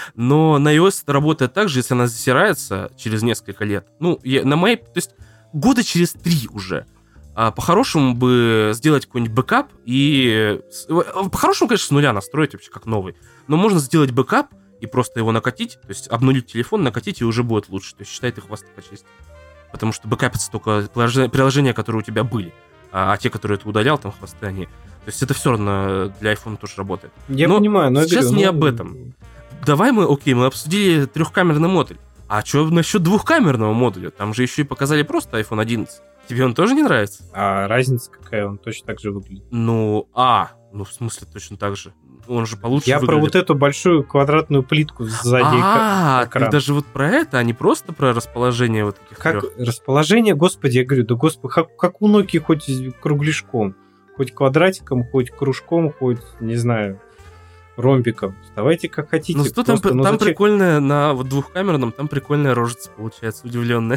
Но на iOS это работает так же, если она засирается через несколько лет. Ну, я, на моей, то есть года через три уже. А по-хорошему бы сделать какой-нибудь бэкап и... По-хорошему, конечно, с нуля настроить вообще как новый. Но можно сделать бэкап и просто его накатить, то есть обнулить телефон, накатить, и уже будет лучше. То есть считай, ты хвосты почистил. Потому что бэкапятся только приложения, которые у тебя были. А, а те, которые ты удалял, там хвосты, они... То есть это все равно для iPhone тоже работает. Я но понимаю, но сейчас я говорю, не ну... об этом. Давай мы, окей, мы обсудили трехкамерный модуль. А что насчет двухкамерного модуля? Там же еще и показали просто айфон одиннадцать. Тебе он тоже не нравится? А разница какая? Он точно так же выглядит. Ну, а, ну в смысле точно так же. Он же получше Я выглядит. про вот эту большую квадратную плитку сзади а, экрана. ты даже вот про это, а не просто про расположение вот таких Как трех. расположение, господи, я говорю, да господи, как, как у Nokia хоть кругляшком, хоть квадратиком, хоть кружком, хоть, не знаю, ромбиком. Давайте как хотите. Ну что там, просто, ну, там зачем... прикольная, на вот двухкамерном, там прикольная рожица получается, удивленная.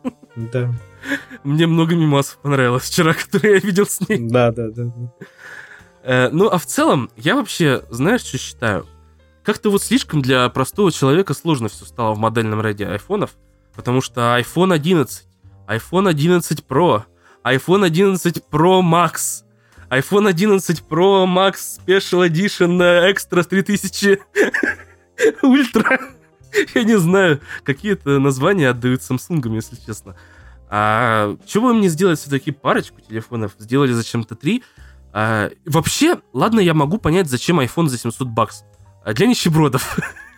Да. Мне много мемасов понравилось вчера, которые я видел с ней. Да, да, да. Э, ну, а в целом, я вообще, знаешь, что считаю? Как-то вот слишком для простого человека сложно все стало в модельном ряде айфонов, потому что айфон одиннадцать, айфон одиннадцать Pro, айфон одиннадцать Pro Max, айфон одиннадцать Pro Max Special Edition Extra три тысячи Ultra. Я не знаю, какие-то названия отдают Samsung, если честно. А что бы мне сделать все-таки парочку телефонов? Сделали зачем-то три. А, вообще, ладно, я могу понять, зачем iPhone за семьсот баксов. А для нищебродов.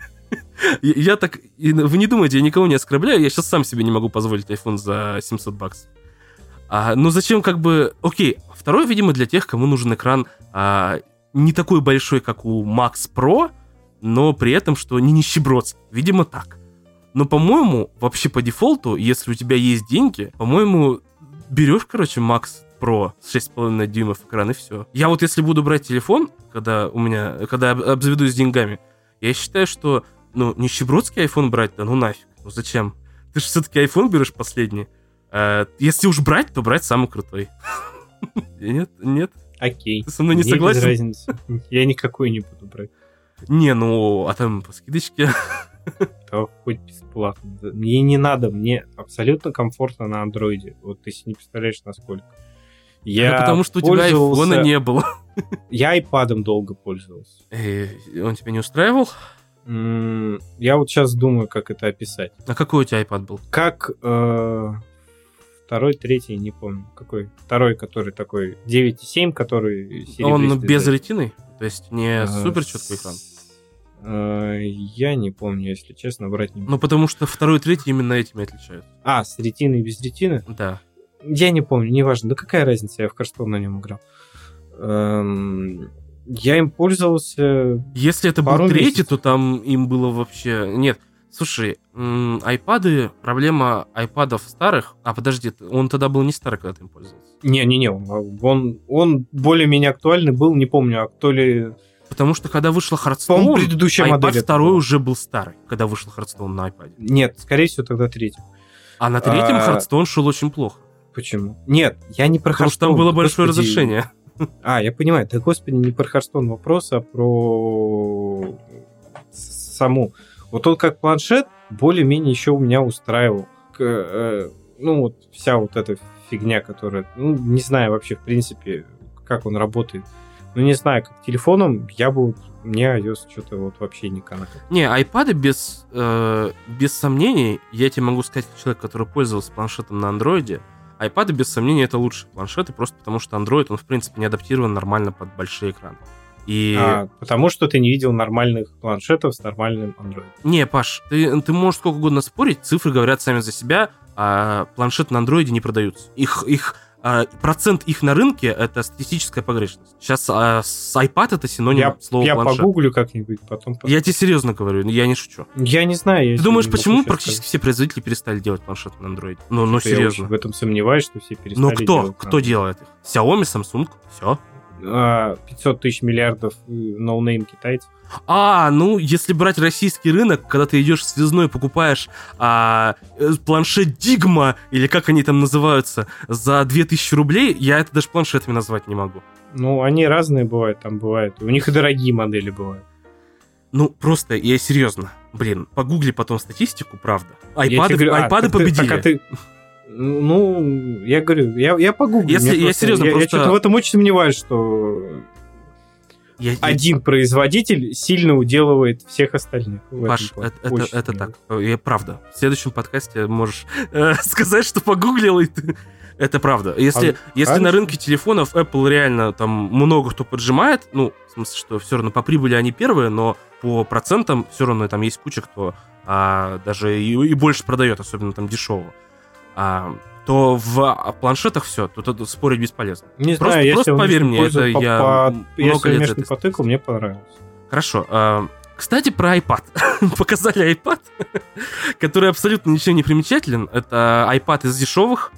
Я так... Вы не думайте, я никого не оскорбляю, я сейчас сам себе не могу позволить iPhone за семьсот баксов. А, ну зачем как бы... Окей, второй, видимо, для тех, кому нужен экран а, не такой большой, как у Max Pro, но при этом, что не нищебродский. Видимо, так. Но, по-моему, вообще по дефолту, если у тебя есть деньги, по-моему, берешь, короче, Max Pro с шесть с половиной дюймов экран, и все. Я вот если буду брать телефон, когда у меня, когда я обзаведусь деньгами, я считаю, что, ну, нищебродский iPhone брать, да ну нафиг, ну зачем? Ты же все-таки iPhone берешь последний. А, если уж брать, то брать самый крутой. Нет? Нет? Окей. Ты со мной не согласен? Без разницы. Я никакой не буду брать. Не, ну, а там по скидочке... Да, хоть бесплатно. Мне не надо, мне абсолютно комфортно на андроиде. Вот ты себе не представляешь, насколько. Я это потому что у тебя пользовался... айфона не было. Я айпадом долго пользовался. И он тебя не устраивал? М, Я вот сейчас думаю, как это описать. А какой у тебя iPad был? Как э, второй, третий, не помню. Какой? Второй, который такой девять и семь, который Он серебристый. без да. ретины? То есть не Э, супер четкий экран? с- э, Я не помню, если честно, брать не буду. Ну, потому что второй и третий именно этими отличаются. А, с ретиной и без ретины? Да. Я не помню, неважно. Да какая разница, я в Hearthstone на нем играл. Эм, Я им пользовался... Если это Пару был третий, месяцев. то там им было вообще... Нет, слушай, м, айпады, проблема айпадов старых... А, подожди, он тогда был не старый, когда ты им пользовался. Не-не-не, он, он, он более-менее актуальный был, не помню, а то ли... Потому что когда вышла По-моему, Hearthstone, предыдущая модель iPad это второй была. уже был старый, когда вышел Hearthstone на iPad. Нет, скорее всего, тогда третий. А на третьем А, Hearthstone шел очень плохо. Почему? Нет, я не про Потому что Hearthstone. там было да большое господи. разрешение. А, я понимаю, да господи, не про Hearthstone вопрос, а про с- саму. Вот он как планшет более-менее еще у меня устраивал. К- э, ну, вот вся вот эта фигня, которая... Ну, не знаю вообще, в принципе, как он работает. Ну, не знаю, как телефоном, я бы... вот- Мне iOS что-то вот вообще не канакал. Не, айпады без, э, без сомнений, я тебе могу сказать, как человек, который пользовался планшетом на андроиде, айпады без сомнений это лучшие планшеты, просто потому что Android, он в принципе не адаптирован нормально под большие экраны. И... А, потому что ты не видел нормальных планшетов с нормальным Android. Не, Паш, ты, ты можешь сколько угодно спорить, цифры говорят сами за себя, а планшеты на андроиде не продаются. Их, их, а, процент их на рынке — это статистическая погрешность. Сейчас а, с iPad это синоним Я, слова я планшет. погуглю как-нибудь, потом... пос- Я тебе серьезно говорю, я не шучу. Я не знаю. Я Ты тебе думаешь, не могу почему сейчас практически сказать. все производители перестали делать планшеты на Android? Ну, ну Что-то я серьезно. очень в этом сомневаюсь, что все перестали Ну кто? делать Кто на- делает их? Xiaomi, Samsung, все. А, пятьсот тысяч миллиардов э, ноунейм китайцев. А, ну, если брать российский рынок, когда ты идешь в связной, покупаешь а, э, планшет Дигма, или как они там называются, за две тысячи рублей, я это даже планшетами назвать не могу. Ну, они разные бывают, там бывают. У них и дорогие модели бывают. Ну, просто, я серьезно, блин, погугли потом статистику, правда. Я тебе Айпады, говорю, а, айпады так ты- победили. так, а ты- Ну, я говорю, я, я погуглю. Если- Мне я просто- серьезно, я, просто- что-то в этом очень сомневаюсь, что Я- я- один производитель сильно уделывает всех остальных. в этом Паш, плане. это, это, Очень это сомневаюсь. так. Я правда. В следующем подкасте можешь э, сказать, что погуглил, и ты... Это правда. Если, А- если хорошо. на рынке телефонов Apple реально там много кто поджимает, ну, в смысле, что все равно по прибыли они первые, но по процентам все равно там есть куча, кто а, даже и, и больше продает, особенно там дешевого. А, то в планшетах все, тут, тут спорить бесполезно. Не Просто- знаю, я просто себя поверь мне, пользую это по- я по- много я лет себя, конечно, этой потыкал, мне понравилось. Хорошо. а, Кстати, про iPad. Показали iPad, который абсолютно ничем не примечателен. Это iPad из дешевых.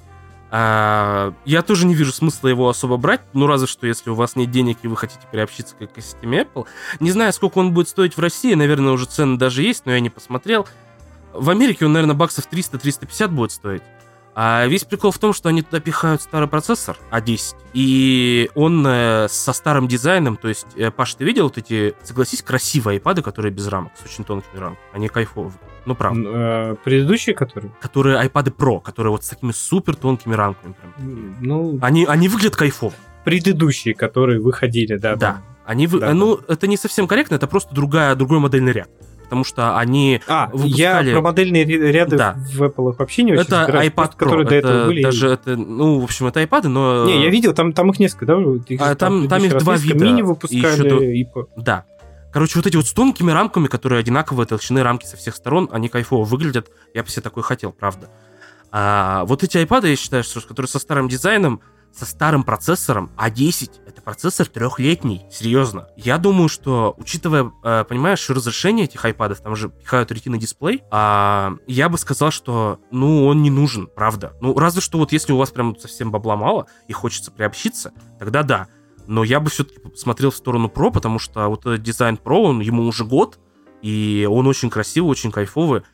А, Я тоже не вижу смысла его особо брать, ну разве что, если у вас нет денег и вы хотите приобщиться к экосистеме Apple. Не знаю, сколько он будет стоить в России, наверное, уже цены даже есть, но я не посмотрел. В Америке он, наверное, баксов триста - триста пятьдесят будет стоить. А весь прикол в том, что они туда пихают старый процессор а десять, и он э, со старым дизайном, то есть, э, Паш, ты видел вот эти, согласись, красивые айпады, которые без рамок, с очень тонкими рамками, они кайфовые, ну правда. М, э, Предыдущий, который? Которые iPad Pro, которые вот с такими супер тонкими рамками прям. Ну, Они, они выглядят кайфово. предыдущие, которые выходили, да. Да. Они вы... Да, ну, это не совсем корректно, это просто другая, другой модельный ряд. Потому что они А, выпускали... я про модельные ря- ряды Да. в Apple вообще не очень Это разбираюсь, iPad просто, Pro, которые до это этого были. даже это, ну, в общем, это iPad, но... Не, я видел, там, там их несколько, да? Их А, же там- в там их предыдущий два раз несколько. вида. Мини И выпускали, еще до- и по- Да. Короче, вот эти вот с тонкими рамками, которые одинаковые толщины рамки со всех сторон, они кайфово выглядят. Я бы себе такой хотел, правда. А вот эти iPad, я считаю, что которые со старым дизайном, со старым процессором, а десять — это процессор трехлетний, серьезно. Я думаю, что, учитывая, э, понимаешь, разрешение этих iPad'ов, там же пихают ретина дисплей, а, я бы сказал, что, ну, он не нужен, правда. Ну, разве что вот если у вас прям совсем бабла мало и хочется приобщиться, тогда да. Но я бы все-таки смотрел в сторону Pro, потому что вот этот дизайн Pro, он, ему уже год, и он очень красивый, очень кайфовый.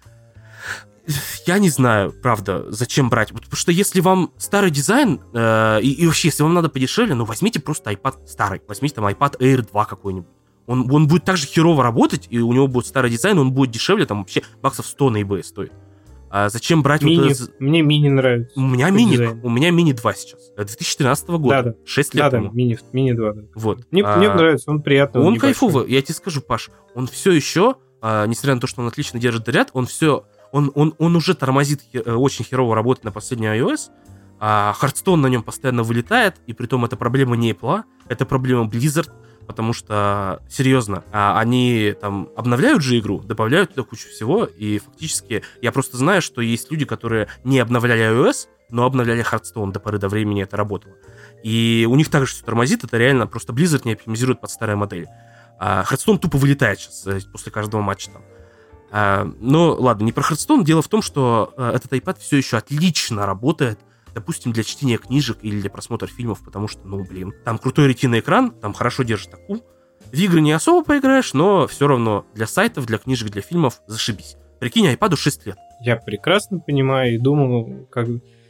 Я не знаю, правда, зачем брать. Вот, потому что если вам старый дизайн, э, и, и вообще, если вам надо подешевле, ну возьмите просто iPad старый. Возьмите там iPad Air два какой-нибудь. Он, он будет так же херово работать, и у него будет старый дизайн, он будет дешевле, там вообще баксов сто на eBay стоит. А зачем брать... Мини, вот это... Мне мини нравится. У меня мини, у меня мини два сейчас. две тысячи тринадцатого года. Да, да. шесть лет да, ему. Да, мини, мини два. Да. Вот. Мне, а... мне нравится, он приятный. Он, он кайфовый. Я тебе скажу, Паш, он все еще, а, несмотря на то, что он отлично держит ряд, он все... Он, он, он уже тормозит, очень херово работает на последней iOS, а Hearthstone на нем постоянно вылетает, и притом это проблема не Apple, это проблема Blizzard, потому что, серьезно, они там обновляют же игру, добавляют туда кучу всего, и фактически я просто знаю, что есть люди, которые не обновляли iOS, но обновляли Hearthstone, до поры до времени это работало. И у них также все тормозит, это реально просто Blizzard не оптимизирует под старые модели. А Hearthstone тупо вылетает сейчас после каждого матча там. А, но ладно, не про Hearthstone, дело в том, что а, этот iPad все еще отлично работает, допустим, для чтения книжек или для просмотра фильмов, потому что, ну, блин, там крутой ретинный экран, там хорошо держит аку. В игры не особо поиграешь, но все равно для сайтов, для книжек, для фильмов зашибись. Прикинь, iPad'у шесть лет. Я прекрасно понимаю и думал, как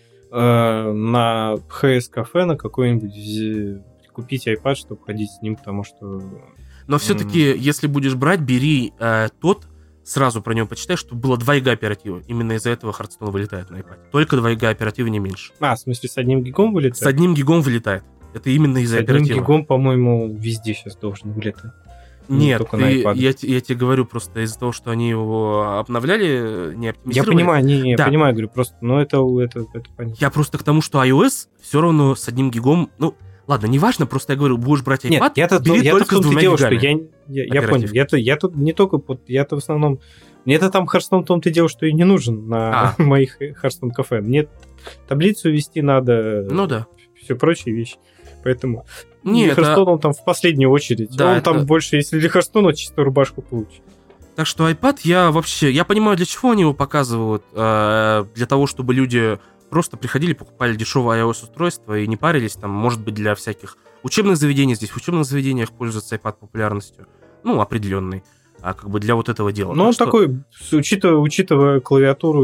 э, на эйч эс-кафе на какой-нибудь купить iPad, чтобы ходить с ним, потому что... Но все-таки, mm. если будешь брать, бери э, тот, сразу про него почитай, что было два гига оператива. Именно из-за этого Hearthstone вылетает на iPad. Только два гига оператива, не меньше. А, в смысле, с одним гигом вылетает? С одним гигом вылетает. Это именно из-за оператива. С одним гигом, по-моему, везде сейчас должен вылетать. Нет, ты, я, я тебе говорю просто из-за того, что они его обновляли, не оптимизировали. Я понимаю, не, да. я понимаю, говорю, просто, но это, это, это понятно. Я просто к тому, что iOS все равно с одним гигом, ну, ладно, неважно, просто я говорю, будешь брать iPad, Нет, я-то, бери я только с двумя дело, гигами. Что я, я, я понял, я-то, я тут не только, я-то в основном, мне-то там Hearthstone в том-то дело, что и не нужен на а. моих Hearthstone кафе. Мне таблицу вести надо, ну да, все прочие вещи. Поэтому Нет, Hearthstone это... он там в последнюю очередь. Да, он это... там больше, если для Hearthstone, чистую рубашку получит. Так что iPad я вообще... Я понимаю, для чего они его показывают. Э, для того, чтобы люди просто приходили, покупали дешевое iOS-устройство и не парились. Там, может быть, для всяких учебных заведений. Здесь в учебных заведениях пользуется iPad популярностью. Ну, определенной. А как бы для вот этого дела. Ну, он что... такой, учитывая, учитывая клавиатуру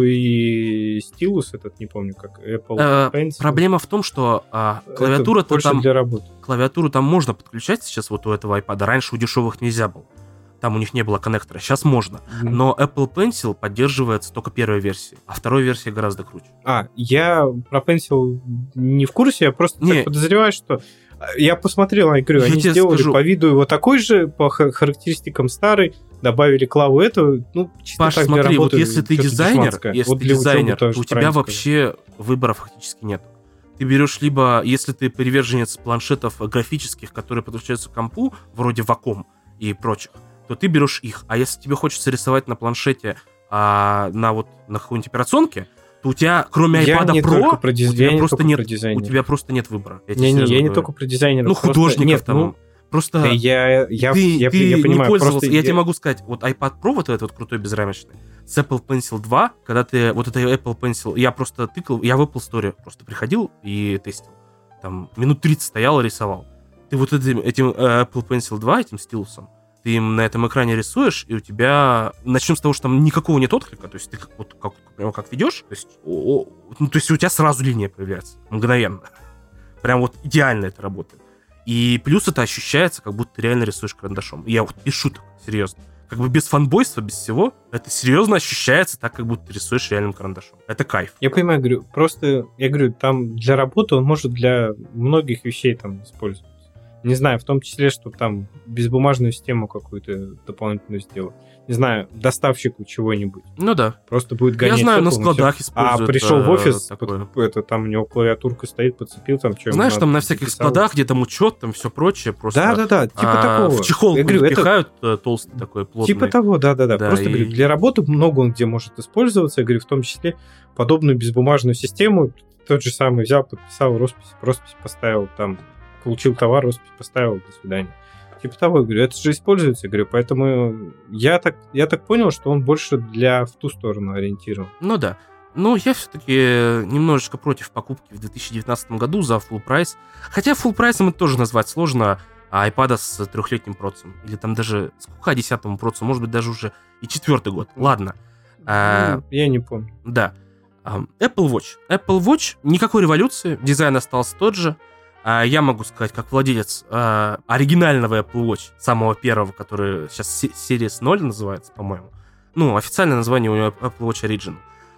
и стилус, этот, не помню, как Apple э, Pencil. Проблема в том, что а, клавиатура-то там... для работы. Клавиатуру там можно подключать сейчас вот у этого iPad. Раньше у дешевых нельзя было. Там у них не было коннектора. Сейчас можно. Mm-hmm. Но Apple Pencil поддерживается только первой версии, а второй версия гораздо круче. А, я про Pencil не в курсе, я просто не. так подозреваю, что... Я посмотрел, я говорю, я они сделали скажу. по виду его такой же, по характеристикам старый, добавили клаву эту, ну, чисто Паш, так смотри, для работы, вот если ты дизайнер, если вот ты дизайнер, то у тебя вообще сказать. выбора фактически нет. Ты берешь либо, если ты приверженец планшетов графических, которые подключаются к компу, вроде Wacom и прочих, то ты берешь их. А если тебе хочется рисовать на планшете, а, на вот на какой-нибудь операционке, то у тебя, кроме iPad Pro, про диз... у, тебя не просто нет, про у тебя просто нет выбора. Я не, не, я не только про дизайнеров. Ну, художников нет, там. Ну, просто да я, я, ты, я, ты я, я понимаю, не пользовался. Просто я, я тебе могу сказать, вот iPad Pro, вот этот вот крутой безрамочный, с Apple Pencil два, когда ты, вот это Apple Pencil, я просто тыкал, я в Apple Store просто приходил и тестил. Там минут тридцать стоял и рисовал. Ты вот этим, этим Apple Pencil два, этим стилусом, ты им на этом экране рисуешь, и у тебя... Начнем с того, что там никакого нет отклика, то есть ты как, вот, как, прямо как ведешь, то есть, о, о, ну, то есть у тебя сразу линия появляется, мгновенно. Прям вот идеально это работает. И плюс это ощущается, как будто ты реально рисуешь карандашом. Я вот без шуток, серьезно. Как бы без фанбойства, без всего, это серьезно ощущается так, как будто ты рисуешь реальным карандашом. Это кайф. Я понимаю, говорю, просто, я говорю, там для работы он может для многих вещей там использовать. Не знаю, в том числе, чтобы там безбумажную систему какую-то дополнительную сделать. Не знаю, доставщику чего-нибудь. Ну да. Просто будет гонять. Я знаю, на Apple, складах используют. А пришел в офис, под, это, там у него клавиатурка стоит, подцепил там что-то. Знаешь, там на всяких записал. складах, где там учет, там все прочее. Просто, да-да-да, типа а, такого. В чехол пихают это... толстый такой, плотный. Типа того, да-да-да. Да, Просто, и... говорю, для работы много он где может использоваться. Я говорю, в том числе подобную безбумажную систему. Тот же самый взял, подписал роспись, роспись поставил там, получил товар, роспись поставил, до свидания. Типа того, я говорю, это же используется, я говорю, поэтому я так, я так понял, что он больше для в ту сторону ориентирован. Ну да. Но я все-таки немножечко против покупки в две тысячи девятнадцатом году за full прайс. Хотя full прайсом это тоже назвать сложно, а iPad с трехлетним процессом. Или там даже сколько десятому процессу, может быть, даже уже и четвертый год. Ладно. Ну, а, я не помню. Да. Apple Watch. Apple Watch, никакой революции, дизайн остался тот же. Я могу сказать, как владелец э, оригинального Apple Watch, самого первого, который сейчас Series ноль называется, по-моему. Ну, официальное название у него Apple Watch Origin.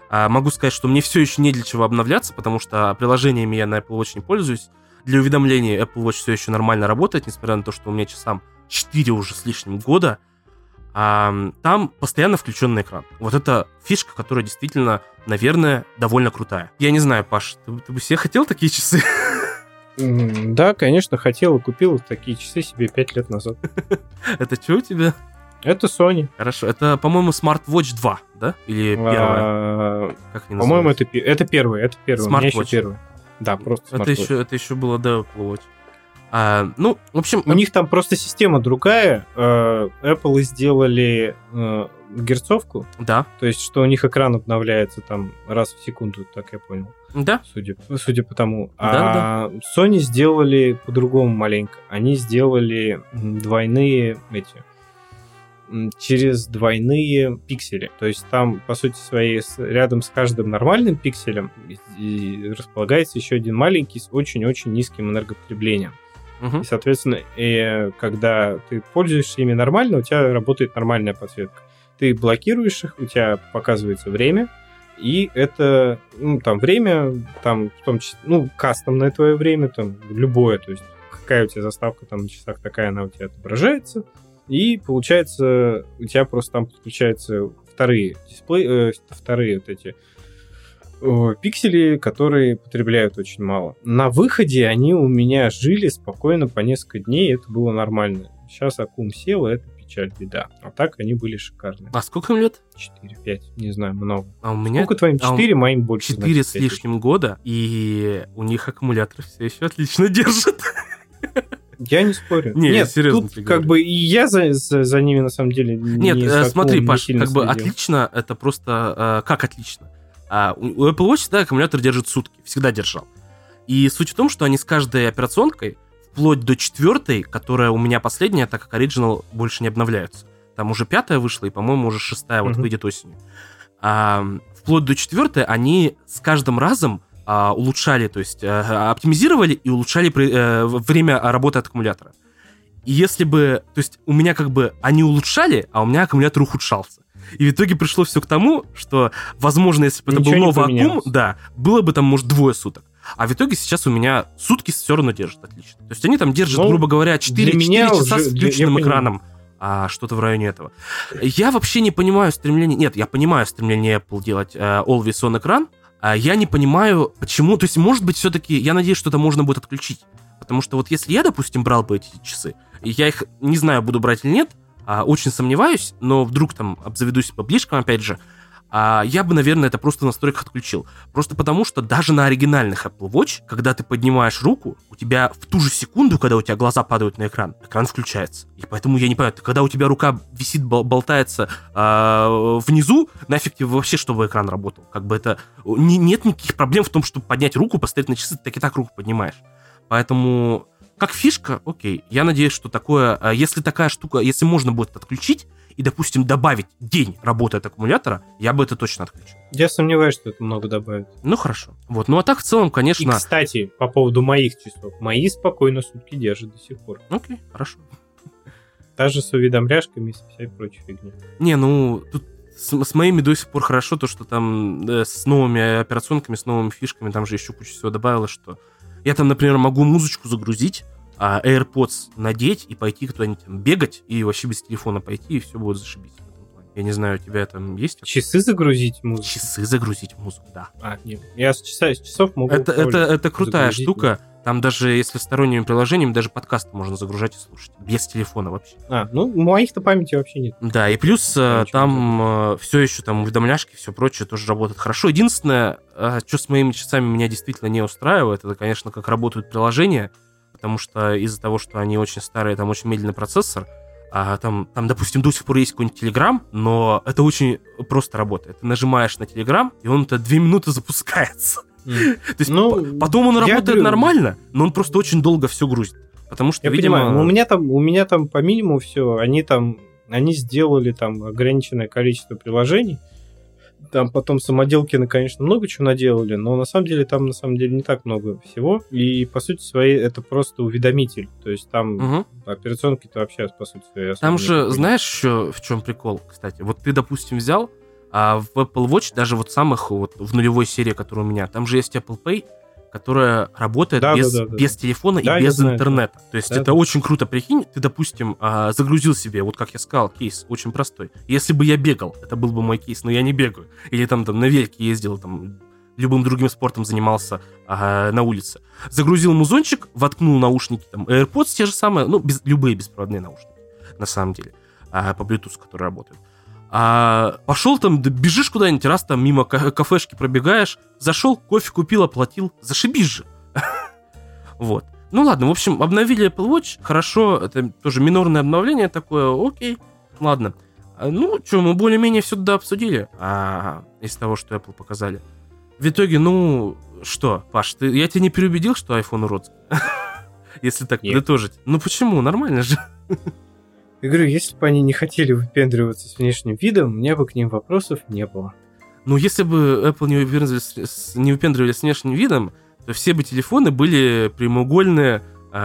А, могу сказать, что мне все еще не для чего обновляться, потому что приложениями я на Apple Watch не пользуюсь. Для уведомлений Apple Watch все еще нормально работает, несмотря на то, что у меня часам четыре уже с лишним года. А, там постоянно включенный экран. Вот это фишка, которая действительно, наверное, довольно крутая. Я не знаю, Паш, ты, ты бы себе хотел такие часы? Да, конечно, хотел и купил такие часы себе пять лет назад. Это что у тебя? Это Sony. Хорошо. Это, по-моему, SmartWatch два, да? Или первое? Как они По-моему, это, это первый. Это первый. У меня еще SmartWatch. первый. Да, просто это еще, это еще было до Apple Watch. А, ну, в общем... У них там просто система другая. Apple сделали герцовку. Да. То есть, что у них экран обновляется там раз в секунду, так я понял. Да. Судя, судя по тому. Да, а да. Sony сделали по-другому маленько. Они сделали двойные эти... через двойные пиксели. То есть там, по сути своей, рядом с каждым нормальным пикселем располагается еще один маленький с очень-очень низким энергопотреблением. Угу. И, соответственно, и когда ты пользуешься ими нормально, у тебя работает нормальная подсветка. Ты блокируешь их, у тебя показывается время, и это, ну, там, время, там, в том числе, ну, кастомное твое время, там, любое, то есть какая у тебя заставка там на часах, такая она у тебя отображается, и, получается, у тебя просто там подключаются вторые дисплеи, э, вторые вот эти э, пиксели, которые потребляют очень мало. На выходе они у меня жили спокойно по несколько дней, и это было нормально. Сейчас аккум сел, и это печаль, беда. А так они были шикарные. А сколько им лет? четыре пять, не знаю, много. А у меня... Сколько твоим? четыре, а моим больше. четыре с лишним года, и у них аккумулятор все еще отлично держит. Я не спорю. Не, Нет, серьезно, тут как бы и я за, за, за ними на самом деле не Нет, э, смотри, Паш, как бы следил. отлично, это просто... Э, как отлично? А, у, у Apple Watch всегда аккумулятор держит сутки, всегда держал. И суть в том, что они с каждой операционкой, вплоть до четвертой, которая у меня последняя, так как Original больше не обновляются. Там уже пятая вышла, и, по-моему, уже шестая вот uh-huh. выйдет осенью. А, вплоть до четвертой они с каждым разом а, улучшали, то есть а, оптимизировали и улучшали при, а, время работы от аккумулятора. И если бы... То есть у меня как бы они улучшали, а у меня аккумулятор ухудшался. И в итоге пришло все к тому, что, возможно, если бы это был новый аккум, да, было бы там, может, двое суток. А в итоге сейчас у меня сутки все равно держат отлично. То есть они там держат, ну, грубо говоря, четыре часа уже, с включенным экраном. А, что-то в районе этого. Я вообще не понимаю стремление... Нет, я понимаю стремление Apple делать э, Always On экран. А я не понимаю, почему... То есть, может быть, все-таки... Я надеюсь, что это можно будет отключить. Потому что вот если я, допустим, брал бы эти часы, я их не знаю, буду брать или нет, а, очень сомневаюсь, но вдруг там обзаведусь поближком, опять же, а, я бы, наверное, это просто в настройках отключил. Просто потому, что даже на оригинальных Apple Watch, когда ты поднимаешь руку, у тебя в ту же секунду, когда у тебя глаза падают на экран, экран включается. И поэтому я не понимаю, когда у тебя рука висит, болтается а, внизу, нафиг тебе вообще, чтобы экран работал? Как бы это... Не, нет никаких проблем в том, чтобы поднять руку, посмотреть на часы, ты так и так руку поднимаешь. Поэтому... Как фишка, окей. Я надеюсь, что такое... Если такая штука... Если можно будет отключить и, допустим, добавить день работы от аккумулятора, я бы это точно отключил. Я сомневаюсь, что это много добавит. Ну, хорошо. Вот. Ну, а так, в целом, конечно... И, кстати, по поводу моих часов. Мои спокойно сутки держат до сих пор. Окей, хорошо. Даже с уведомляшками и со всей прочей фигней. Не, ну, тут с, с моими до сих пор хорошо, то, что там да, с новыми операционками, с новыми фишками, там же еще куча всего добавилось, что... Я там, например, могу музычку загрузить, а AirPods надеть и пойти куда-нибудь там бегать, и вообще без телефона пойти, и все будет зашибись. Я не знаю, у тебя там есть? Часы загрузить музыку? Часы загрузить музыку, да. А, нет. Я с, часа, с часов могу... Это, это, это крутая штука. Музыку. Там даже, если сторонними приложениями, даже подкасты можно загружать и слушать. Без телефона вообще. А, ну, у моих-то памяти вообще нет. Да, и плюс я там все еще там уведомляшки, все прочее тоже работает хорошо. Единственное, что с моими часами меня действительно не устраивает, это, конечно, как работают приложения, потому что из-за того, что они очень старые, там очень медленный процессор, а там, там, допустим, до сих пор есть какой-нибудь Telegram, но это очень просто работает. Ты нажимаешь на Telegram, и он это две минуты запускается. Mm. То есть ну, потом он работает говорю... нормально, но он просто очень долго все грузит. Потому что, я видимо... понимаю, но у меня там, у меня там по минимуму все, они там, они сделали там ограниченное количество приложений. Там потом самоделки, конечно, много чего наделали, но на самом деле там на самом деле не так много всего. И по сути своей это просто уведомитель. То есть там угу. операционки-то вообще по сути своей. Там же, знаешь, еще в чем прикол, кстати? Вот ты, допустим, взял, А в Apple Watch, даже вот самых вот в нулевой серии, которая у меня, там же есть Apple Pay, которая работает да, без, да, да, без да. телефона да, и без знаю, интернета. да. То есть да, это да. очень круто. Прикинь, ты, допустим, загрузил себе, вот как я сказал, кейс очень простой. Если бы я бегал, это был бы мой кейс, но я не бегаю. Или там, там на велике ездил, там любым другим спортом занимался а, на улице. Загрузил музончик, воткнул наушники, там AirPods те же самые, ну, без, любые беспроводные наушники, на самом деле, а, по Bluetooth, которые работают. А пошел там, да бежишь куда-нибудь, раз там мимо кафешки пробегаешь, зашел, кофе купил, оплатил, зашибись же. Вот. Ну ладно, в общем, обновили Apple Watch, хорошо, это тоже минорное обновление такое, окей, ладно. Ну, что, мы более-менее все туда обсудили, а, из того, что Apple показали. В итоге, ну, что, Паш, ты, я тебя не переубедил, что iPhone уродский? Если так подытожить. Ну почему? Нормально же. Я говорю, если бы они не хотели выпендриваться с внешним видом, у меня бы к ним вопросов не было. Ну, если бы Apple не выпендривались, не выпендривались с внешним видом, то все бы телефоны были прямоугольные,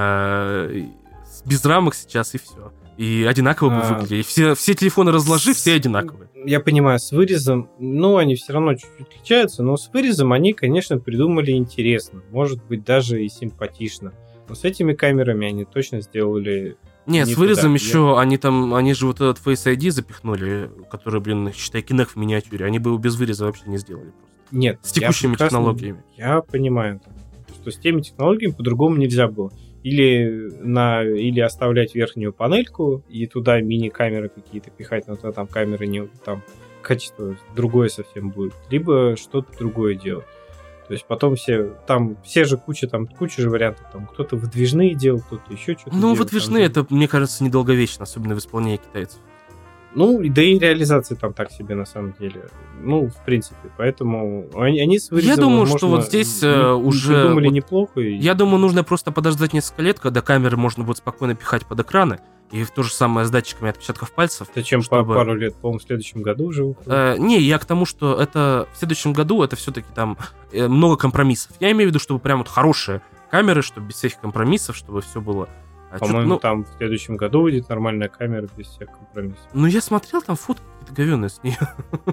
э, без рамок сейчас, и все. И одинаково бы а... выглядели. Все, все телефоны разложи, с... все одинаковые. Я понимаю, с вырезом, ну, они все равно чуть-чуть отличаются, но с вырезом они, конечно, придумали интересно. Может быть, даже и симпатично. Но с этими камерами они точно сделали... Нет, не с вырезом туда. Еще, я... они там, они же вот этот Face ай ди запихнули, который, блин, считай, Kinect в миниатюре. Они бы его без выреза вообще не сделали просто. Нет. С текущими прекрасно... технологиями. Я понимаю, что с теми технологиями по-другому нельзя было. Или, на, или оставлять верхнюю панельку и туда мини-камеры какие-то пихать, но то там камеры не... Там качество другое совсем будет. Либо что-то другое делать. То есть потом все, там, все же куча, там, куча же вариантов, там, кто-то выдвижные делал, кто-то еще что-то Ну, делал, выдвижные, там, это, мне кажется, недолговечно, особенно в исполнении китайцев. Ну, да и реализация там так себе, на самом деле. Ну, в принципе, поэтому они, они с вырезом, я думаю, возможно, что вот здесь не, уже... придумали вот, неплохо. И... Я думаю, нужно просто подождать несколько лет, когда камеры можно будет спокойно пихать под экраны, и то же самое с датчиками отпечатков пальцев. Зачем чтобы... пару лет, по-моему, в следующем году уже выходит? Э, не, я к тому, что это в следующем году это все-таки там э, много компромиссов. Я имею в виду, чтобы прям вот хорошие камеры, чтобы без всяких компромиссов, чтобы все было... А по-моему, ну, там в следующем году выйдет нормальная камера без всяких компромиссов. Ну, я смотрел, там фотки какие-то говёные с нее.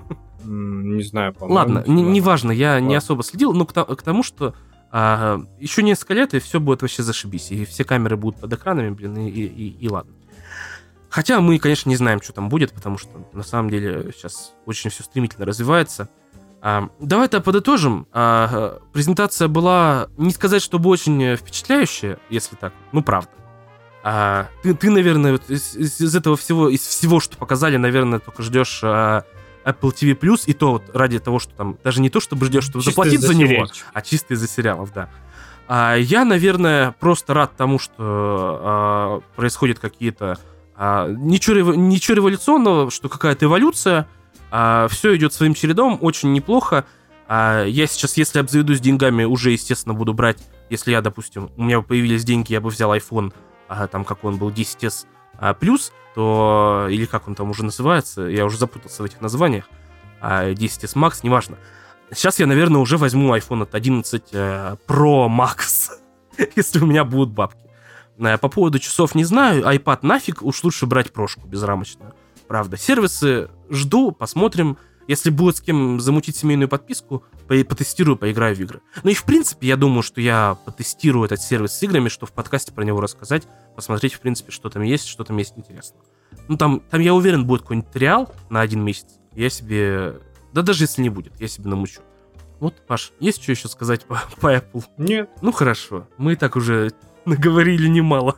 Не знаю, по-моему. Ладно, неважно, не я ладно. не особо следил, но к, к тому, что а, еще несколько лет, и все будет вообще зашибись. И все камеры будут под экранами, блин, и, и, и, и ладно. Хотя мы, конечно, не знаем, что там будет, потому что на самом деле сейчас очень все стремительно развивается. А, давай-то подытожим. А, презентация была, не сказать, чтобы очень впечатляющая, если так, ну правда. А, ты, ты, наверное, вот из, из этого всего, из всего, что показали, наверное, только ждешь а, Apple ти ви Plus, и то вот ради того, что там, даже не то, чтобы ждешь, чтобы чисто заплатить за него, а чисто из-за сериалов, да. А, я, наверное, просто рад тому, что а, происходят какие-то а, ничего, ничего революционного, что какая-то эволюция, а, все идет своим чередом, очень неплохо. А, я сейчас, если обзаведусь деньгами, уже, естественно, буду брать, если я, допустим, у меня появились деньги, я бы взял iPhone, а, там, как он был, десять эс а, плюс, то, или как он там уже называется, я уже запутался в этих названиях, а, десять эс Max, неважно. Сейчас я, наверное, уже возьму iPhone одиннадцать а, Pro Max, если у меня будут бабки. А, по поводу часов не знаю, iPad нафиг, уж лучше брать прошку безрамочную. Правда, сервисы жду, посмотрим. Если будет с кем замутить семейную подписку, потестирую, поиграю в игры. Ну и в принципе, я думаю, что я потестирую этот сервис с играми, что в подкасте про него рассказать, посмотреть, в принципе, что там есть, что там есть интересного. Ну там, там я уверен, будет какой-нибудь триал на один месяц. Я себе... Да даже если не будет, я себе намучу. Вот, Паш, есть что еще сказать по, по Apple? Нет. Ну хорошо, мы и так уже наговорили немало.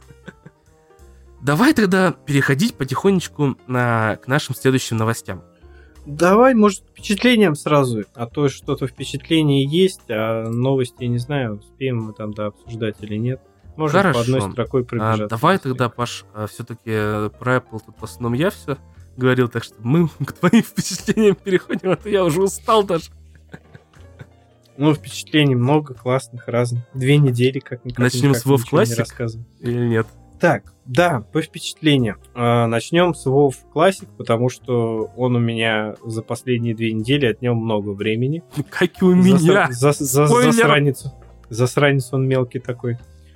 Давай тогда переходить потихонечку на, к нашим следующим новостям. Давай, может, впечатлением сразу, а то что-то впечатление есть, а новости, я не знаю, успеем мы там да, обсуждать или нет. Можно Хорошо. по одной строкой пробежаться. А, давай тогда, Паш, все-таки про Apple тут в основном я все говорил, так что мы к твоим впечатлениям переходим, а то я уже устал даже. Ну, впечатлений много, классных, разных. Две недели, как-никак. Начнем с WoW Classic или нет? Так, да, по впечатлениям. А, начнем с WoW Classic, потому что он у меня за последние две недели отнял много времени. Как и у меня. За, за, за, засранец. Засранец он мелкий такой.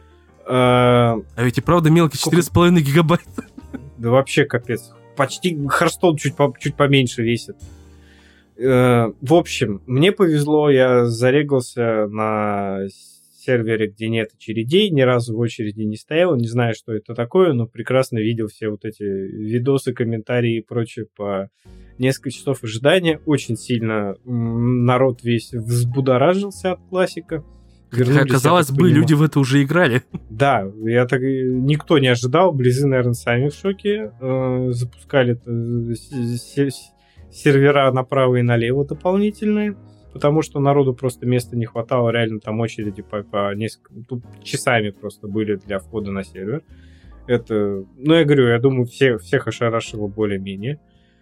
А, а ведь и правда мелкий, четыре с половиной гигабайта. Да вообще капец. Почти Hearthstone чуть, по, чуть поменьше весит. Э, в общем, мне повезло, я зарегался на сервере, где нет очередей, ни разу в очереди не стоял, не знаю, что это такое, но прекрасно видел все вот эти видосы, комментарии и прочее по несколько часов ожидания. Очень сильно народ весь взбудоражился от классика. Вернулись, казалось бы, люди в это уже играли. Да, я так никто не ожидал. Близы, наверное, сами в шоке. Э, запускали сервера направо и налево дополнительные, потому что народу просто места не хватало, реально там очереди по, по несколько тут часами просто были для входа на сервер. Это, ну, я говорю, я думаю, все, всех ошарашило более-менее.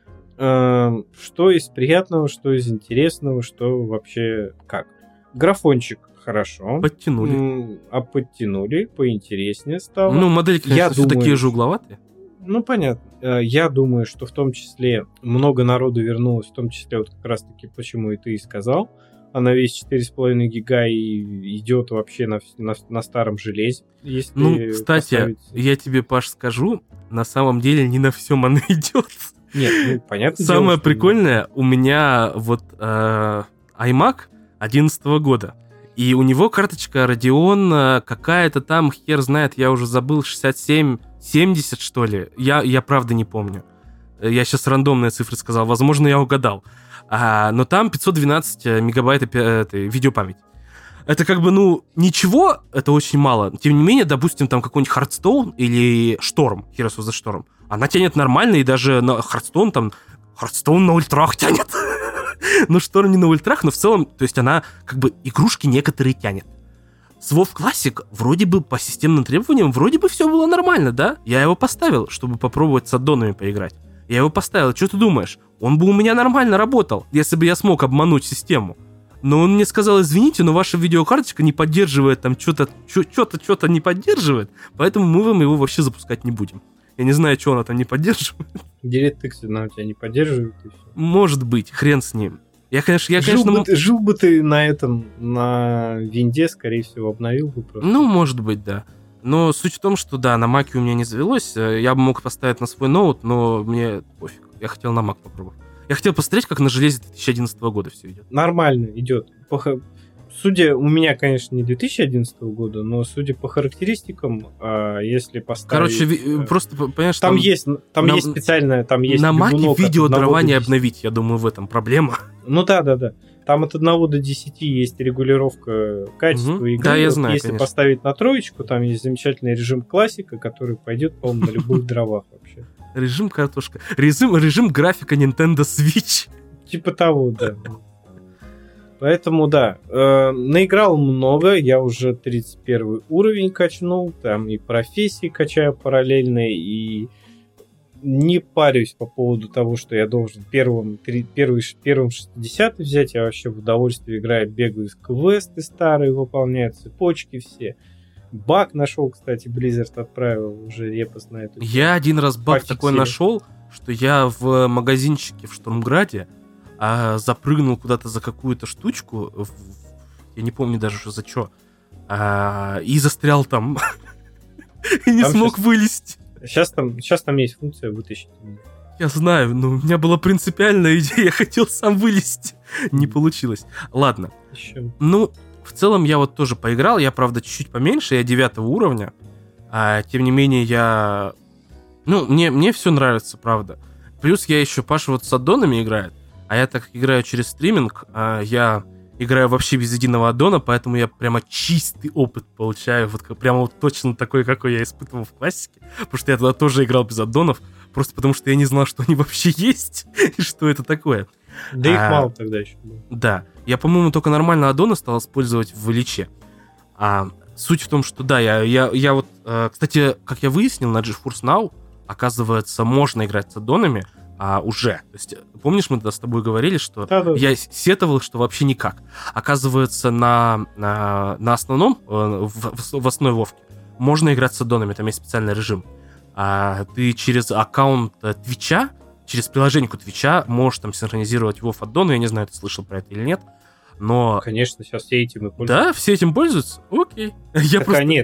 Э, что из приятного, что из интересного, что вообще как. Графончик хорошо. Подтянули. А подтянули, поинтереснее стало. Ну, модельки, конечно, я все думаю, такие же угловатые. Ну, понятно. Я думаю, что в том числе много народу вернулось, в том числе вот как раз-таки, почему и ты и сказал. Она весит четыре с половиной гига и идет вообще на, на, на старом железе. Если ну, кстати, поставить... я тебе, Паш, скажу, на самом деле не на всем она идет. Нет, ну, понятно. Самое дело, прикольное, у меня вот э, iMac одиннадцатого года. И у него карточка Radeon какая-то там, хер знает, я уже забыл, шестьдесят семь семьдесят, что ли. Я, я правда не помню. Я сейчас рандомные цифры сказал, возможно, я угадал. А, но там пятьсот двенадцать мегабайт этой видеопамять. Это как бы, ну, ничего, это очень мало. Тем не менее, допустим, там какой-нибудь Hearthstone или Storm, Heroes of the Storm, она тянет нормально, и даже на Hearthstone там, Hearthstone на ультрах тянет. Ну, Шторм не на ультрах, но в целом, то есть она как бы игрушки некоторые тянет. С WoW Classic вроде бы по системным требованиям вроде бы все было нормально, да? Я его поставил, чтобы попробовать с аддонами поиграть. Я его поставил, что ты думаешь? Он бы у меня нормально работал, если бы я смог обмануть систему. Но он мне сказал, извините, но ваша видеокарточка не поддерживает там что-то, что-то, что-то не поддерживает, поэтому мы вам его вообще запускать не будем. Я не знаю, что она там не поддерживает. DirectX она у тебя не поддерживает. И все. Может быть, хрен с ним. Я, конечно, я, жил, конечно... Бы ты, жил бы ты на этом, на винде, скорее всего, обновил бы просто. Ну, может быть, да. Но суть в том, что да, на Маке у меня не завелось. Я бы мог поставить на свой ноут, но мне пофиг. Я хотел на Мак попробовать. Я хотел посмотреть, как на железе две тысячи одиннадцатого года все идет. Нормально идет. Судя, у меня, конечно, не две тысячи одиннадцатого года, но судя по характеристикам, если поставить... Короче, ви- просто, понимаешь, там, там... есть, там на, есть специальная... Там есть на Маке видео дрова не обновить, я думаю, в этом проблема. Ну да, да, да. Там от одного до десяти есть регулировка качества угу. игры. Да, я знаю, Если конечно. поставить на троечку, там есть замечательный режим классика, который пойдет, по-моему, на любых дровах вообще. Режим картошка. Режим, режим графика Nintendo Switch. Типа того, да. Поэтому, да, э, наиграл много, я уже тридцать первый уровень качнул, там и профессии качаю параллельно, и не парюсь по поводу того, что я должен первым, три, первый, первым шестидесятый взять, я вообще в удовольствие играю, бегаю из квесты старые, выполняю цепочки все. Баг нашел, кстати, Blizzard отправил уже репост на эту. Я один раз баг Пофиксили. такой нашел, что я в магазинчике в Штурмграде а, запрыгнул куда-то за какую-то штучку, в, я не помню даже, что за что, а, и застрял там, и не смог вылезть. Сейчас там, сейчас там есть функция вытащить. Я знаю, но у меня была принципиальная идея, я хотел сам вылезти, не получилось. Ладно, Еще. ну... В целом я вот тоже поиграл, я, правда, чуть-чуть поменьше, я девятого уровня, а тем не менее я... Ну, мне, мне все нравится, правда. Плюс я еще, Паша вот с аддонами играет, а я так как играю через стриминг, а я играю вообще без единого аддона, поэтому я прямо чистый опыт получаю, вот прямо вот точно такой, какой я испытывал в классике, потому что я тогда тоже играл без аддонов, просто потому что я не знал, что они вообще есть и что это такое. Да их а, мало тогда еще было. Да. Я, по-моему, только нормально аддона стал использовать в Личе. А суть в том, что да, я, я, я вот... Э, кстати, как я выяснил, на GeForce Now, оказывается, можно играть с аддонами а, уже. То есть, помнишь, мы тогда с тобой говорили, что да, да. я сетовал, что вообще никак. Оказывается, на, на, на основном, э, в, в основной Вовке, можно играть с аддонами, там есть специальный режим. А, ты через аккаунт Твича, через приложеньку Твича можешь там синхронизировать WoW аддоны. Я не знаю, ты слышал про это или нет. Но... Конечно, сейчас все этим и пользуются. Да, все этим пользуются? Окей. Я так, просто... а нет.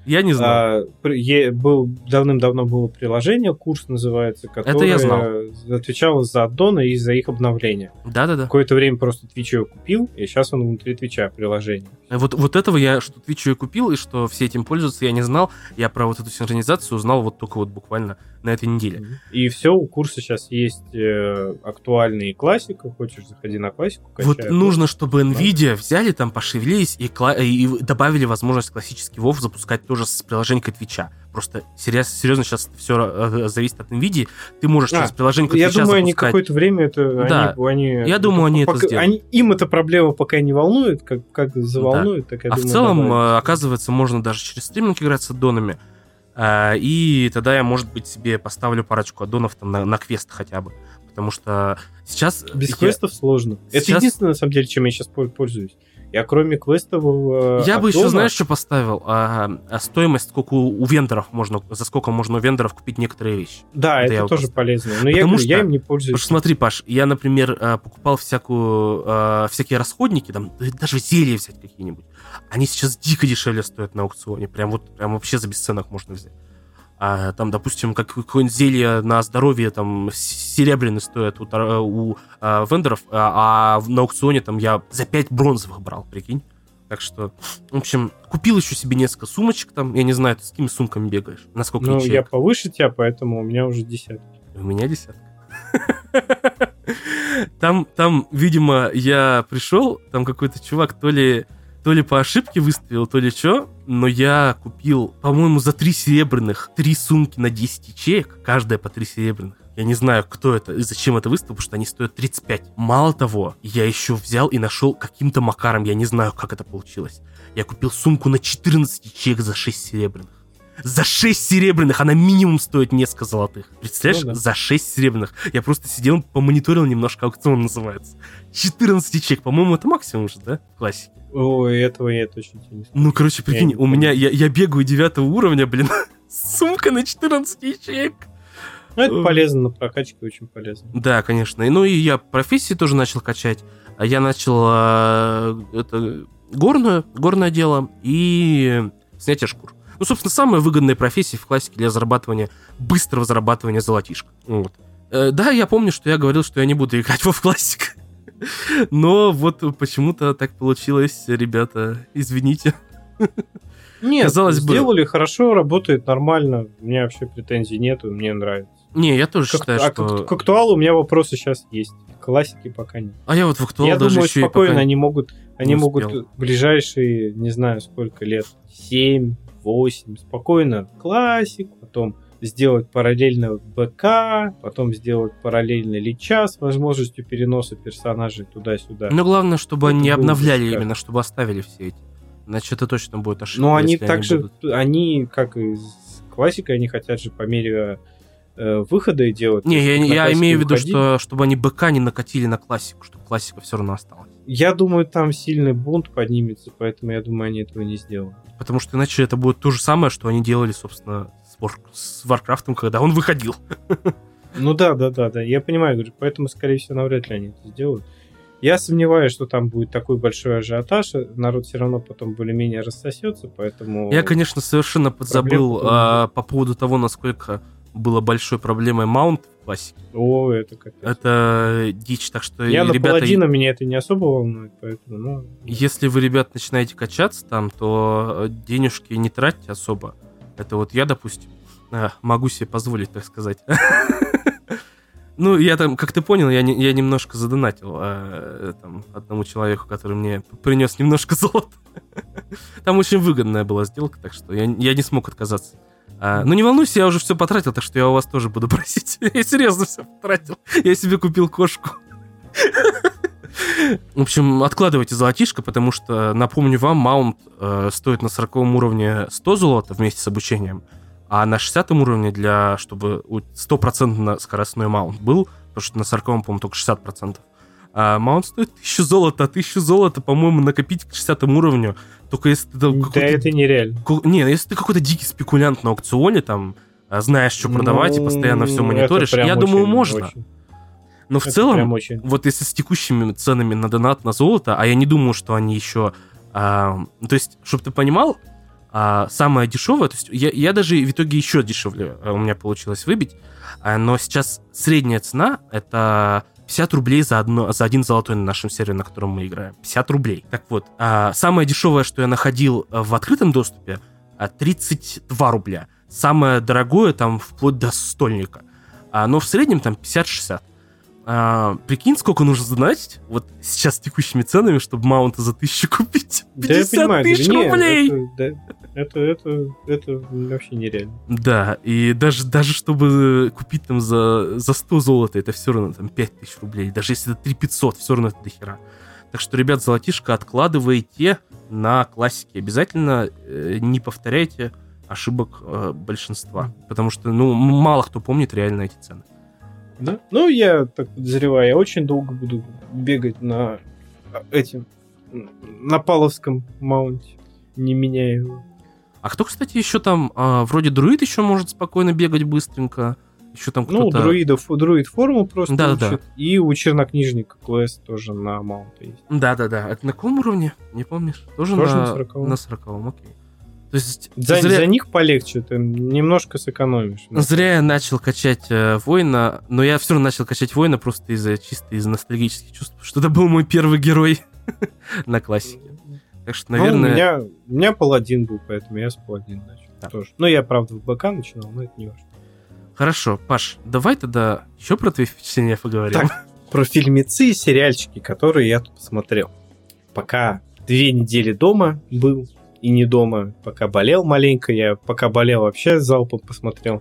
Я не знаю. А, е, был, давным-давно было приложение, курс называется, которое Это я знал. отвечало за аддоны и за их обновление. Да-да-да. Какое-то время просто Twitch его купил, и сейчас он внутри Twitch приложение. Вот, вот этого я, что Twitch я купил, и что все этим пользуются, я не знал. Я про вот эту синхронизацию узнал вот только вот буквально на этой неделе. И все, у курса сейчас есть э, актуальные классика. Хочешь, заходи на классику, качай. Вот нужно, чтобы NVIDIA взяли там, пошевелились и, кла- и добавили возможность классический WoW запускать тоже с приложенька Твича. Просто серьезно, серьезно сейчас все зависит от NVIDIA. Ты можешь а, через приложенька Твича запускать. Я думаю, они какое-то время это... Да, они, я они, думаю, они пока, это сделают. Они, им эта проблема пока не волнует, как, как заволнует, да. так я а думаю... А в целом, добавить. оказывается, можно даже через стриминг играть с аддонами. И тогда я, может быть, себе поставлю парочку аддонов там на, на квест хотя бы. Потому что сейчас... Без я... квестов сложно. Сейчас... Это единственное, на самом деле, чем я сейчас пользуюсь. Я кроме квестового... Я аддона... бы еще, знаешь, что поставил? А, а стоимость, сколько у, у вендоров можно... За сколько можно у вендоров купить некоторые вещи. Да, это, это тоже поставил. Полезно. Но я, говорю, что, я им не пользуюсь. Потому что смотри, Паш, я, например, покупал всякую, всякие расходники, там, даже зелья взять какие-нибудь. Они сейчас дико дешевле стоят на аукционе. Прям вот прям вообще за бесценок можно взять. А, там, допустим, как какое-нибудь зелье на здоровье там серебряный стоит у, у а, вендоров, а, а на аукционе там я за пять бронзовых брал, прикинь. Так что, в общем, купил еще себе несколько сумочек там. Я не знаю, ты с какими сумками бегаешь? Насколько Ну, ячеек? я повыше тебя, поэтому у меня уже десятка. У меня десятка. Там, там, видимо, я пришел, там какой-то чувак то ли... То ли по ошибке выставил, то ли что, но я купил, по-моему, за три серебряных три сумки на десять ячеек, каждая по три серебряных. Я не знаю, кто это и зачем это выставил, потому что они стоят тридцать пять. Мало того, я еще взял и нашел каким-то макаром, я не знаю, как это получилось. Я купил сумку на четырнадцать ячеек за шесть серебряных. За шесть серебряных, она минимум стоит несколько золотых. Представляешь, ну, да. За шесть серебряных. Я просто сидел, помониторил немножко, аукцион называется. четырнадцать ячеек, по-моему, это максимум уже, да? В классике. Ой, этого я точно не знаю. Ну, короче, прикинь, я у меня, я, я бегаю девятого уровня, блин, сумка на четырнадцать ячеек. Ну, это полезно, на прокачке очень полезно. Да, конечно. Ну, и я профессии тоже начал качать. Я начал а, это, горную, горное дело и снятие шкур. Ну, собственно, самая выгодная профессия в классике для зарабатывания, быстрого зарабатывания золотишка. Вот. Э, да, я помню, что я говорил, что я не буду играть в классик. Но вот почему-то так получилось, ребята, извините. Нет, казалось бы, сделали хорошо, работает нормально. У меня вообще претензий нету, мне нравится. Не, я тоже как, считаю, а что... К, к актуалу у меня вопросы сейчас есть. Классики пока нет. А я вот в актуал я даже думаю, еще спокойно и пока они могут, они могут успел. ближайшие, не знаю, сколько лет, семь, восемь, спокойно классик, потом сделать параллельно БК, потом сделать параллельно Лича с возможностью переноса персонажей туда-сюда. Но главное, чтобы это они обновляли как. именно, чтобы оставили все эти. Иначе это точно будет ошибка. Но они также, они, будут... они, как и с классикой, они хотят же по мере э, выхода и делать. Не, я, я имею в виду, что чтобы они БК не накатили на классику, чтобы классика все равно осталась. Я думаю, там сильный бунт поднимется, поэтому я думаю, они этого не сделают. Потому что иначе это будет то же самое, что они делали, собственно, с, War... с Warcraft'ом, когда он выходил. Ну да, да, да, да. Я понимаю, говорю, поэтому, скорее всего, навряд ли они это сделают. Я сомневаюсь, что там будет такой большой ажиотаж, народ все равно потом более-менее рассосется, поэтому... Я, конечно, совершенно подзабыл а, по поводу того, насколько было большой проблемой маунт в классике. О, это капец. Это дичь, так что... Я ребята, на паладина, меня это не особо волнует, поэтому... Ну... Если вы, ребят, начинаете качаться там, то денежки не тратьте особо. Это вот я, допустим, могу себе позволить, так сказать. Ну, я там, как ты понял, я, не, я немножко задонатил а, там, одному человеку, который мне принес немножко золота. Там очень выгодная была сделка, так что я, я не смог отказаться. А, ну, не волнуйся, я уже все потратил, так что я у вас тоже буду просить. Я серьезно все потратил. Я себе купил кошку. В общем, откладывайте золотишко, потому что, напомню вам, маунт э, стоит на сороковом уровне сто золота вместе с обучением. А на шестидесятом уровне, для, чтобы стопроцентно скоростной маунт был, потому что на сороковом, по-моему, только шестьдесят процентов, а маунт стоит тысячу золота, а тысячу золота, по-моему, накопить к шестидесятому уровню, только если ты... Да это нереально. Не, если ты какой-то дикий спекулянт на аукционе, там, знаешь, что продавать, ну, и постоянно все мониторишь, я думаю, очень, можно. Очень. Но в это целом, вот если с текущими ценами на донат на золото, а я не думаю, что они еще... А, то есть, чтобы ты понимал, А самое дешевое, то есть я, я даже в итоге еще дешевле у меня получилось выбить, но сейчас средняя цена — это пятьдесят рублей за, одно, за один золотой на нашем сервере, на котором мы играем. пятьдесят рублей. Так вот, а самое дешевое, что я находил в открытом доступе, тридцать два рубля. Самое дорогое там вплоть до стольника. А, но в среднем там пятьдесят-шестьдесят. А, прикинь, сколько нужно задонатить вот сейчас с текущими ценами, чтобы маунта за тысячу купить. пятьдесят тысяч рублей! Это, да, это, это, это вообще нереально. Да, и даже, даже чтобы купить там за, за сто золота, это все равно там пять тысяч рублей. Даже если это три тысячи пятьсот, все равно это дохера. Так что, ребят, золотишко откладывайте на классике. Обязательно э, не повторяйте ошибок э, большинства. Потому что, ну, мало кто помнит реально эти цены. Да? Ну, я так подозреваю, я очень долго буду бегать на этим, на паловском маунте, не меняя его. А кто, кстати, еще там, а, вроде друид еще может спокойно бегать быстренько. Еще там кто-то... Ну, друидов, друид форму просто да, учит, да. И у чернокнижника квест тоже на маунте есть. Да-да-да. Это на каком уровне? Не помнишь? Тоже, тоже на сороковом. На сороковом, окей. То есть за, зря... за них полегче, ты немножко сэкономишь. Да? Зря я начал качать э, воина, но я все равно начал качать воина просто из-за чисто из ностальгических чувств, что это был мой первый герой на классике. Так что, наверное... Ну, у меня, у меня паладин был, поэтому я с паладина начал да. тоже. Ну, я, правда, в БК начинал, но это не важно. Хорошо, Паш, давай тогда еще про твои впечатления поговорим. Так, про фильмецы и сериальчики, которые я тут посмотрел. Пока две недели дома был, и не дома, пока болел маленько, я пока болел вообще залпом посмотрел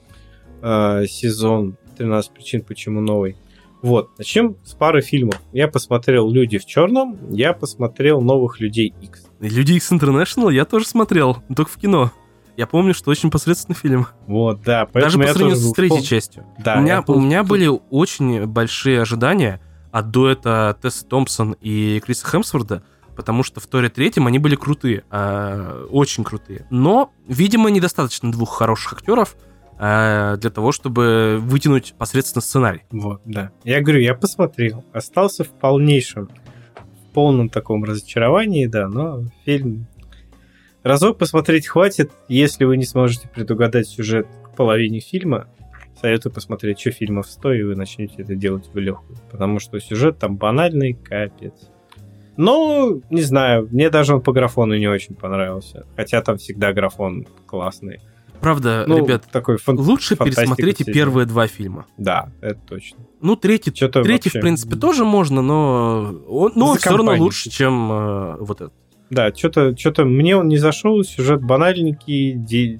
э, сезон тринадцать причин, почему новый. Вот, начнем с пары фильмов. Я посмотрел «Люди в черном», я посмотрел «Новых людей Икс». «Люди Икс Интернешнл» я тоже смотрел, только в кино. Я помню, что очень посредственный фильм. Вот, да. Даже по сравнению с третьей был... частью. Да, у меня, был... у меня были очень большие ожидания от дуэта Тессы Томпсон и Криса Хемсворда, потому что в Торе третьем они были крутые, э, очень крутые. Но, видимо, недостаточно двух хороших актеров э, для того, чтобы вытянуть посредственно сценарий. Вот, да. Я говорю, я посмотрел. Остался в полнейшем, в полном таком разочаровании, да, но фильм... Разок посмотреть хватит, если вы не сможете предугадать сюжет к половине фильма. Советую посмотреть еще фильмов сто, и вы начнете это делать в легкую. Потому что сюжет там банальный, капец. Но, не знаю, мне даже он по графону не очень понравился. Хотя там всегда графон классный. Правда, ну, ребят, такой фан- лучше пересмотрите первые два фильма. Да, это точно. Ну, третий, третий в принципе, тоже можно, но он, но он все равно лучше, чем э, вот этот. Да, что-то, что-то мне он не зашел, сюжет банальненький, ди...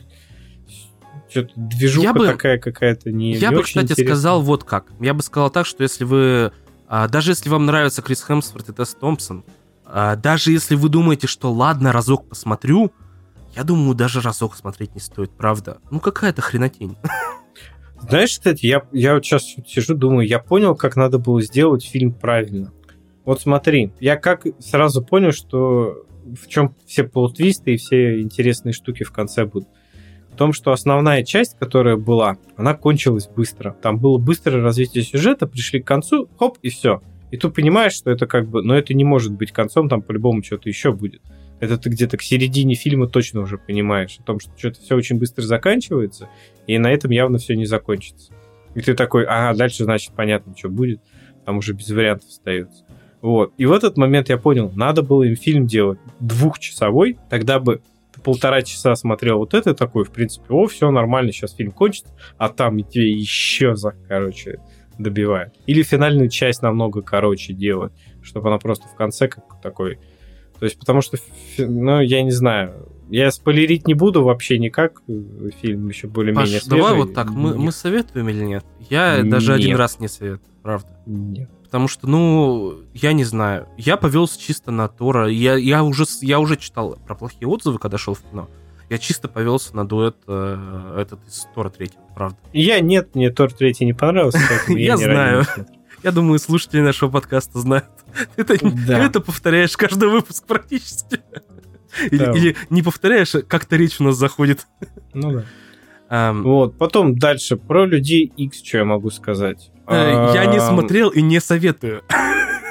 что-то движуха бы, такая какая-то не Я не бы, очень кстати, интересная. сказал вот как. Я бы сказал так, что если вы... А, даже если вам нравится Крис Хемсворт и Тесс Томпсон, а, даже если вы думаете, что ладно, разок посмотрю, я думаю, даже разок смотреть не стоит, правда. Ну, какая-то хренотень. Знаешь, кстати, я, я вот сейчас сижу, думаю, я понял, как надо было сделать фильм правильно. Вот смотри, я как сразу понял, что в чем все плот-твисты и все интересные штуки в конце будут. В том, что основная часть, которая была, она кончилась быстро. Там было быстрое развитие сюжета, пришли к концу, хоп, и все. И ты понимаешь, что это как бы... Но это не может быть концом, там по-любому что-то еще будет. Это ты где-то к середине фильма точно уже понимаешь. О том, что что-то все очень быстро заканчивается, и на этом явно все не закончится. И ты такой, ага, дальше, значит, понятно, что будет. Там уже без вариантов остается. Вот. И в этот момент я понял, надо было им фильм делать двухчасовой, тогда бы полтора часа смотрел вот это, такой, в принципе, о, все нормально, сейчас фильм кончится, а там и тебе еще, за, короче, добивает. Или финальную часть намного короче делать, чтобы она просто в конце как такой... То есть, потому что, ну, я не знаю, я спойлерить не буду вообще никак, фильм еще более-менее свежий. Давай вот так, мы, мы советуем или нет? Я нет. даже один раз не советую, правда. Нет. Потому что, ну, я не знаю. Я повелся чисто на Тора. Я, я, уже, я уже читал про плохие отзывы, когда шел в кино. Я чисто повелся на дуэт э, этот из Тора третьего, правда. Я нет, мне Тор третий не понравился. Я знаю. Я думаю, слушатели нашего подкаста знают. Это повторяешь каждый выпуск практически. Или не повторяешь, как-то речь у нас заходит. Ну да. Um, вот, потом дальше про Людей Икс, что я могу сказать? Я не смотрел и не советую.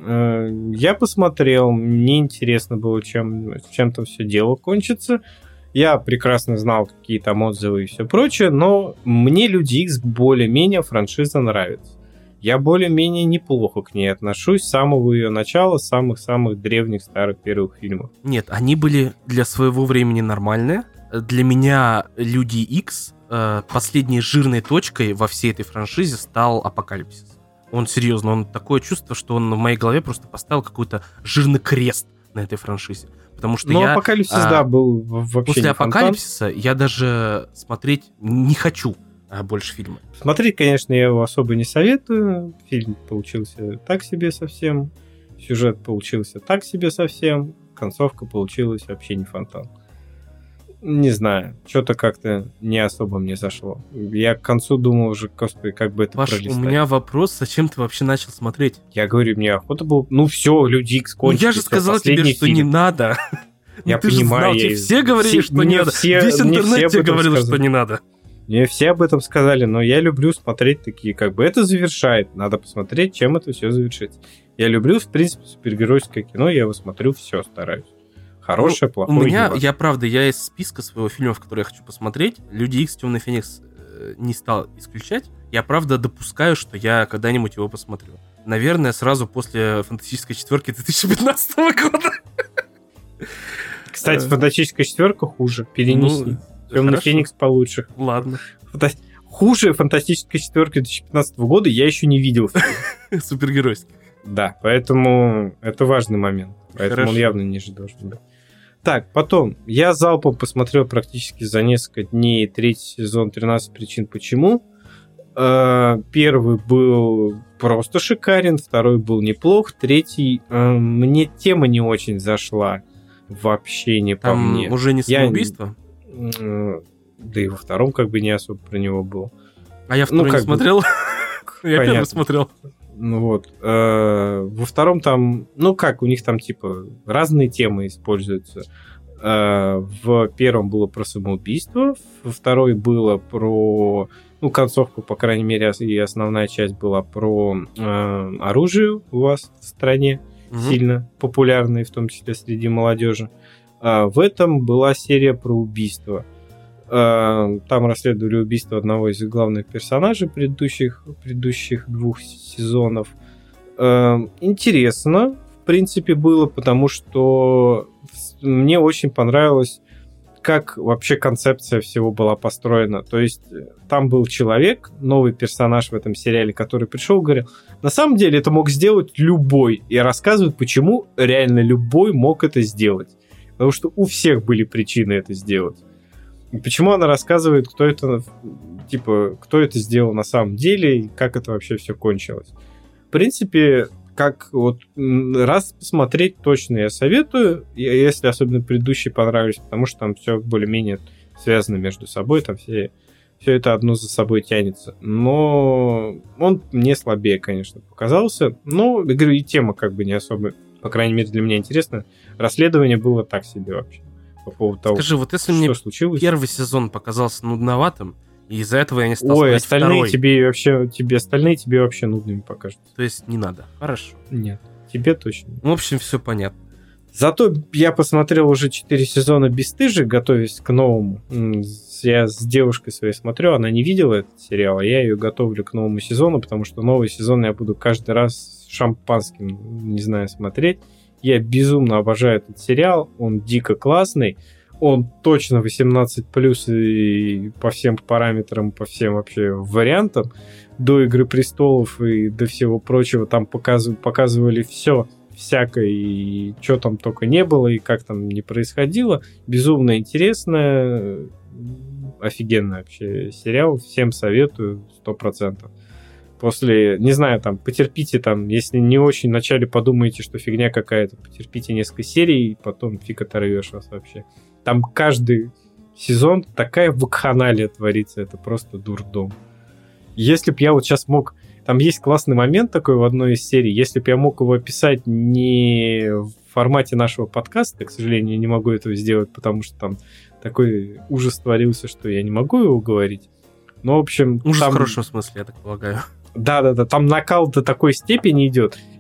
Я посмотрел, мне интересно было, чем, чем там все дело кончится. Я прекрасно знал, какие там отзывы и все прочее, но мне Люди Икс более-менее франшиза нравится. Я более-менее неплохо к ней отношусь с самого ее начала, с самых-самых древних старых первых фильмов. Нет, они были для своего времени нормальные. Для меня Люди Икс э, последней жирной точкой во всей этой франшизе стал Апокалипсис. Он серьезно, он такое чувство, что он в моей голове просто поставил какой-то жирный крест на этой франшизе. Потому что Но я... Апокалипсис, а, да, был вообще После не Апокалипсиса фонтан. Я даже смотреть не хочу а, больше фильма. Смотреть, конечно, я его особо не советую. Фильм получился так себе совсем. Сюжет получился так себе совсем. Концовка получилась вообще не фонтан. Не знаю, что-то как-то не особо мне зашло. Я к концу думал уже, господи, как бы это Паш, пролистать. У меня вопрос, зачем ты вообще начал смотреть? Я говорю, мне охота было... Ну все, Люди Икс кончились. Ну я же сказал тебе, что фильм. Не надо. Я ты понимаю. Же знал, я... Все говорили, все... что не надо. Все... Весь интернет тебе говорил, сказали. что не надо. Мне все об этом сказали, но я люблю смотреть такие, как бы это завершает. Надо посмотреть, чем это все завершится. Я люблю, в принципе, супергеройское кино, я его смотрю, все стараюсь. Хорошее, ну, плохое. У меня, его. я правда, я из списка своего фильмов, который я хочу посмотреть, Люди Икс, Темный Феникс э, не стал исключать. Я правда допускаю, что я когда-нибудь его посмотрю. Наверное, сразу после Фантастической четверки две тысячи пятнадцатого года. Кстати, Фантастическая четверка хуже. Перенеси. Ну, Темный Феникс получше. Ладно. Фанта... Хуже Фантастической четверки две тысячи пятнадцатого года я еще не видел. Супергеройский. Да, поэтому это важный момент. Поэтому Хорошо. Он явно ниже должен быть. Так, потом, я залпом посмотрел практически за несколько дней третий сезон тринадцать причин почему. Первый был просто шикарен, второй был неплох, третий мне тема не очень зашла. Вообще не по Там мне. Уже не самоубийство? Я... Да и во втором как бы не особо про него был. А я второй ну, не смотрел. Я первый смотрел. Ну вот. Э, во втором там, ну как, у них там типа разные темы используются. Э, в первом было про самоубийство, во второй было про, ну, концовку, по крайней мере, и основная часть была про э, оружие у вас в стране, угу. сильно популярное, в том числе среди молодежи. Э, в этом была серия про убийство. Там расследовали убийство одного из главных персонажей предыдущих, предыдущих двух сезонов. Интересно, в принципе, было, потому что мне очень понравилось, как вообще концепция всего была построена. То есть там был человек, новый персонаж в этом сериале, который пришел и говорил, на самом деле это мог сделать любой. И рассказывают, почему реально любой мог это сделать. Потому что у всех были причины это сделать. И почему она рассказывает, кто это, типа, кто это сделал на самом деле и как это вообще все кончилось. В принципе, как вот раз посмотреть точно я советую, если особенно предыдущие понравились, потому что там все более-менее связано между собой, там все, все это одно за собой тянется. Но он мне слабее, конечно, показался. Но, я говорю, и тема как бы не особо, по крайней мере, для меня интересна. Расследование было так себе вообще. По поводу того, Скажи, вот если мне случилось? Первый сезон показался нудноватым, и из-за этого я не стал Ой, смотреть остальные второй. тебе вообще, тебе остальные тебе вообще нудными покажутся. То есть не надо. Хорошо. Нет, тебе точно. В общем, все понятно. Зато я посмотрел уже четыре сезона «Бесстыжих», готовясь к новому. Я с девушкой своей смотрю, она не видела этот сериал, а я ее готовлю к новому сезону, потому что новый сезон я буду каждый раз с шампанским, не знаю, смотреть. Я безумно обожаю этот сериал, он дико классный, он точно восемнадцать плюс и по всем параметрам, по всем вообще вариантам. До «Игры престолов» и до всего прочего там показыв- показывали все всякое, и что там только не было, и как там не происходило. Безумно интересно, офигенный вообще сериал, всем советую, сто процентов. После, не знаю, там, потерпите там, если не очень вначале подумаете, что фигня какая-то, потерпите несколько серий, и потом фиг оторвешь вас вообще. Там каждый сезон такая вакханалия творится, это просто дурдом. Если бы я вот сейчас мог... Там есть классный момент такой в одной из серий, если бы я мог его описать не в формате нашего подкаста, к сожалению, я не могу этого сделать, потому что там такой ужас творился, что я не могу его говорить. Но, в общем... Ужас там... в хорошем смысле, я так полагаю. Да-да-да, там накал до такой степени идет.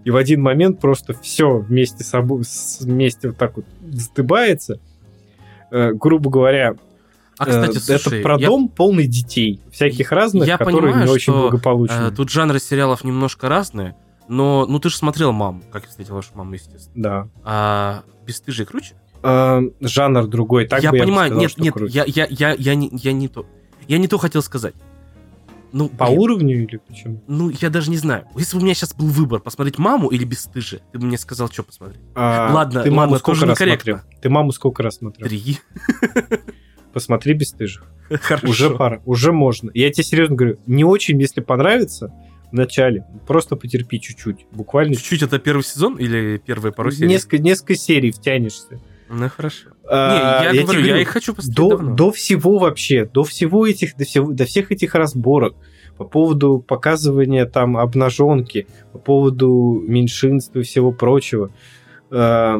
и в один момент просто все вместе с собой, вместе вот так вот стыбается. Э, грубо говоря, а, кстати, э, слушай, это про я... дом полный детей, всяких разных, я которые понимаю, не очень что, благополучные. Э, тут жанры сериалов немножко разные, но ну ты же смотрел «Маму», как я встретил вашу маму, естественно. Да. А «Бесстыжие» круче? Э, жанр другой, так я бы понимаю, я бы сказал, нет, нет, я, я, я, я, не, я не то. Я не то хотел сказать. Ну, по блин, уровню или почему? Ну, я даже не знаю. Если бы у меня сейчас был выбор, посмотреть «Маму» или «Бесстыжие», ты бы мне сказал, что посмотреть. А, ладно, ты ладно, маму сколько тоже раз некорректно. смотрел? Ты маму сколько раз смотрел? Три. Посмотри «Бесстыжих». Хорошо. Уже пора, уже можно. Я тебе серьезно говорю, не очень, если понравится в начале, просто потерпи чуть-чуть. Буквально чуть-чуть. Это первый сезон или первые пару серий? Несколько, несколько серий втянешься. Ну, хорошо. А, не, я, я говорю, говорю, я их хочу посмотреть до, давно. до всего вообще, до всего этих, до, всего, до всех этих разборок по поводу показывания там обнаженки, по поводу меньшинства и всего прочего. Э,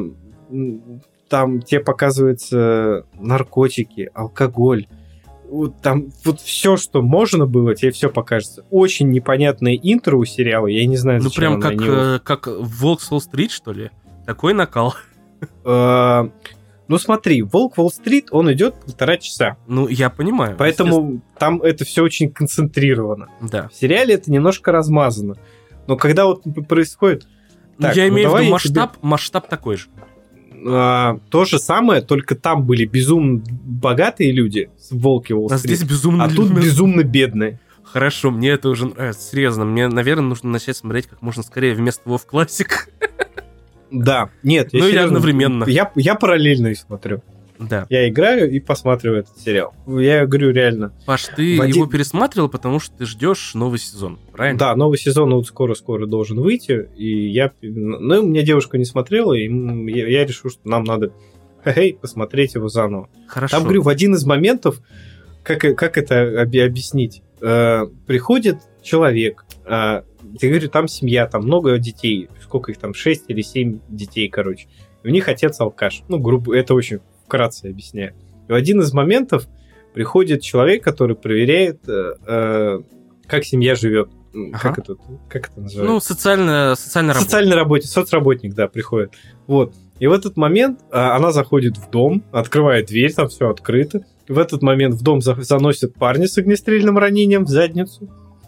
там тебе показываются наркотики, алкоголь. Вот там вот все, что можно было, тебе все покажется. Очень непонятное интро у сериала, я не знаю, ну, зачем прям как, него... э, как «Волк с Уолл-стрит», что ли? Такой накал. Э, ну смотри, «Волк Уолл-стрит», он идет полтора часа. Ну, я понимаю. Поэтому там это все очень концентрировано. Да. В сериале это немножко размазано. Но когда вот происходит... Ну, так, я ну, имею в виду давай масштаб, тебе... масштаб такой же. А, то же самое, только там были безумно богатые люди с «Волки Уолл-стрит», а здесь безумно а тут безумно бедные. Хорошо, мне это уже нравится. Серьезно, мне, наверное, нужно начать смотреть как можно скорее вместо WoW Classic. Да, нет. Ну или одновременно. Я, я параллельно их смотрю. Да. Я играю и посматриваю этот сериал. Я говорю реально. Паш, ты один... его пересматривал, потому что ты ждешь новый сезон, правильно? Да, новый сезон вот скоро-скоро должен выйти. И я... Ну, у меня девушка не смотрела, и я, я решил, что нам надо хе-хей, посмотреть его заново. Хорошо. Там, говорю, в один из моментов, как, как это объяснить? Э, приходит человек, э, я говорю, там семья, там много детей, сколько их там, шесть или семь детей, короче. И у них отец алкаш. Ну, грубо, это очень вкратце объясняю. И в один из моментов приходит человек, который проверяет, э, э, как семья живет. Ага. Как, это, как это называется? Ну, социально, социальный работник. Социальный работник, соцработник, да, приходит. Вот. И в этот момент а, она заходит в дом, открывает дверь, там все открыто. В этот момент в дом за- заносят парня с огнестрельным ранением в задницу.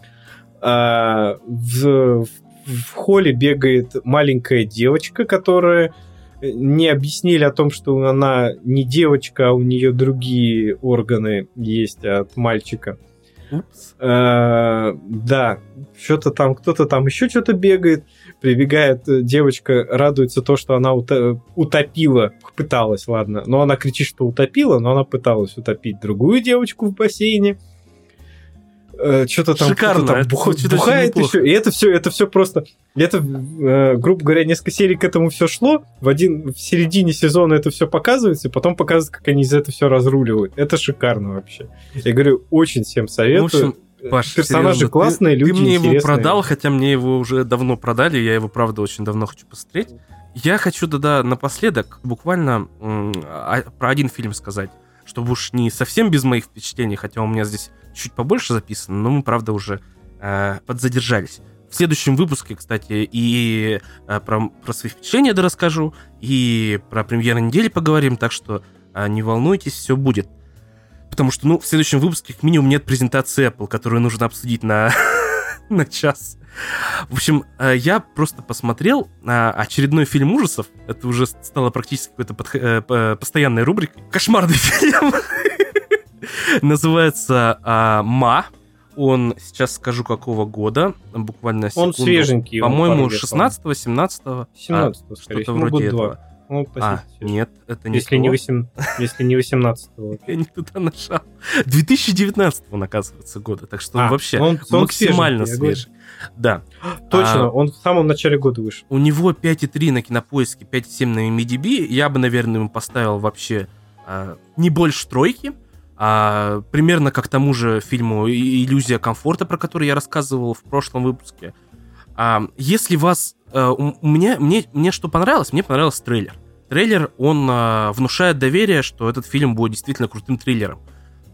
А, в, в, в холле бегает маленькая девочка, которая не объяснили о том, что она не девочка, а у нее другие органы есть от мальчика. Упс. А, да, что-то там, кто-то там еще что-то бегает. Прибегает девочка, радуется то, что она утопила, пыталась, ладно, но она кричит, что утопила, но она пыталась утопить другую девочку в бассейне. Что-то там, шикарно, там бух... бухает еще, и это все, это все просто, это, грубо говоря, несколько серий к этому все шло, в один, в середине сезона это все показывается, и потом показывают, как они из этого все разруливают. Это шикарно вообще. Я говорю, очень всем советую. В общем, Паш, персонажи серьезно, классные, ты, люди ты мне интересные. его продал, хотя мне его уже давно продали, я его, правда, очень давно хочу посмотреть. Я хочу, да-да, напоследок буквально м- про один фильм сказать, чтобы уж не совсем без моих впечатлений, хотя у меня здесь чуть побольше записано, но мы, правда, уже э, подзадержались. В следующем выпуске, кстати, и э, про, про свои впечатления да расскажу, и про премьеры недели поговорим, так что э, не волнуйтесь, все будет. Потому что, ну, в следующем выпуске, как минимум, нет презентации Apple, которую нужно обсудить на, на час. В общем, я просто посмотрел очередной фильм ужасов. Это уже стало практически какой-то подх... постоянной рубрикой. Кошмарный фильм. Называется «Ма». Он, сейчас скажу, какого года. Буквально секунду. Он свеженький. По-моему, шестнадцатого, семнадцатого. семнадцатого, а, скорее что-то вроде этого. Ну, а, нет, это не если не, восемь... если не восемнадцатого. Я не туда нажал. две тысячи девятнадцатого, оказывается, года. Так что он а, вообще он, он максимально свежий. Да. Точно, а, он в самом начале года вышел. У него пять и три на Кинопоиске, пять и семь на эм ди би. Я бы, наверное, ему поставил вообще а, не больше тройки. А, примерно как тому же фильму «Иллюзия комфорта», про который я рассказывал в прошлом выпуске. А, если вас... Uh, у меня, мне, мне что понравилось? Мне понравился трейлер. Трейлер, он uh, внушает доверие, что этот фильм будет действительно крутым триллером.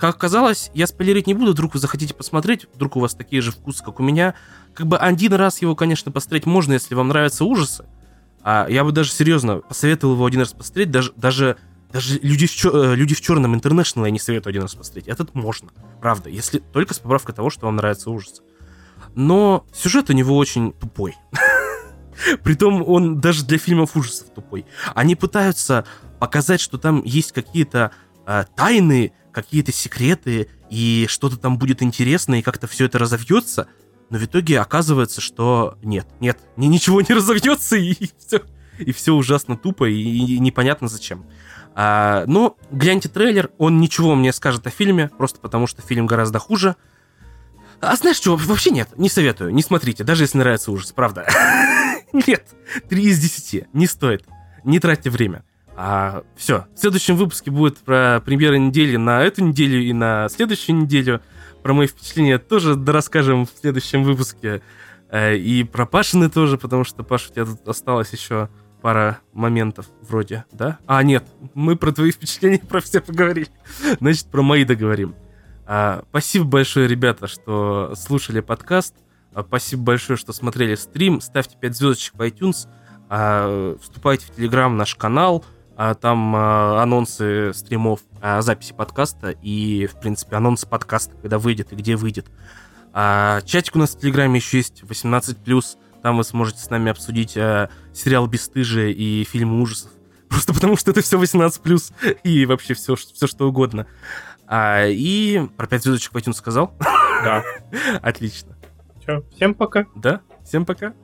как оказалось, я спойлерить не буду, вдруг вы захотите посмотреть, вдруг у вас такие же вкусы, как у меня. Как бы один раз его, конечно, посмотреть можно, если вам нравятся ужасы. А я бы даже серьезно посоветовал его один раз посмотреть, даже, даже, даже люди, в чер... люди в черном International я не советую один раз посмотреть. Этот можно, правда, если только с поправкой того, что вам нравятся ужасы. Но сюжет у него очень тупой. Притом он даже для фильмов ужасов тупой. Они пытаются показать, что там есть какие-то э, тайны, какие-то секреты, и что-то там будет интересно, и как-то все это разовьется, но в итоге оказывается, что нет, нет, ничего не разовьется, и все, и все ужасно тупо, и, и непонятно зачем. А, но гляньте трейлер, он ничего мне скажет о фильме, просто потому что фильм гораздо хуже. А знаешь что, вообще нет, не советую, не смотрите, даже если нравится ужас, правда. Нет, три из десяти, не стоит, не тратьте время. А, все, в следующем выпуске будет про премьеры недели на эту неделю и на следующую неделю. Про мои впечатления тоже расскажем в следующем выпуске. И про Пашины тоже, потому что, Паша, у тебя тут осталось еще пара моментов вроде, да? А, нет, мы про твои впечатления про все поговорили. Значит, про мои договорим. А, спасибо большое, ребята, что слушали подкаст. А, спасибо большое, что смотрели стрим. Ставьте пять звездочек в iTunes. А, вступайте в Telegram, наш канал. А, там а, анонсы стримов, а, записи подкаста и, в принципе, анонсы подкаста, когда выйдет и где выйдет. А, чатик у нас в Телеграме еще есть, восемнадцать плюс. Там вы сможете с нами обсудить а, сериал «Бесстыжие» и фильмы ужасов. Просто потому, что это все восемнадцать плюс и вообще все, все что угодно. А, и про пять звездочек в iTunes сказал? Да. Отлично. Все, всем пока. Да, всем пока.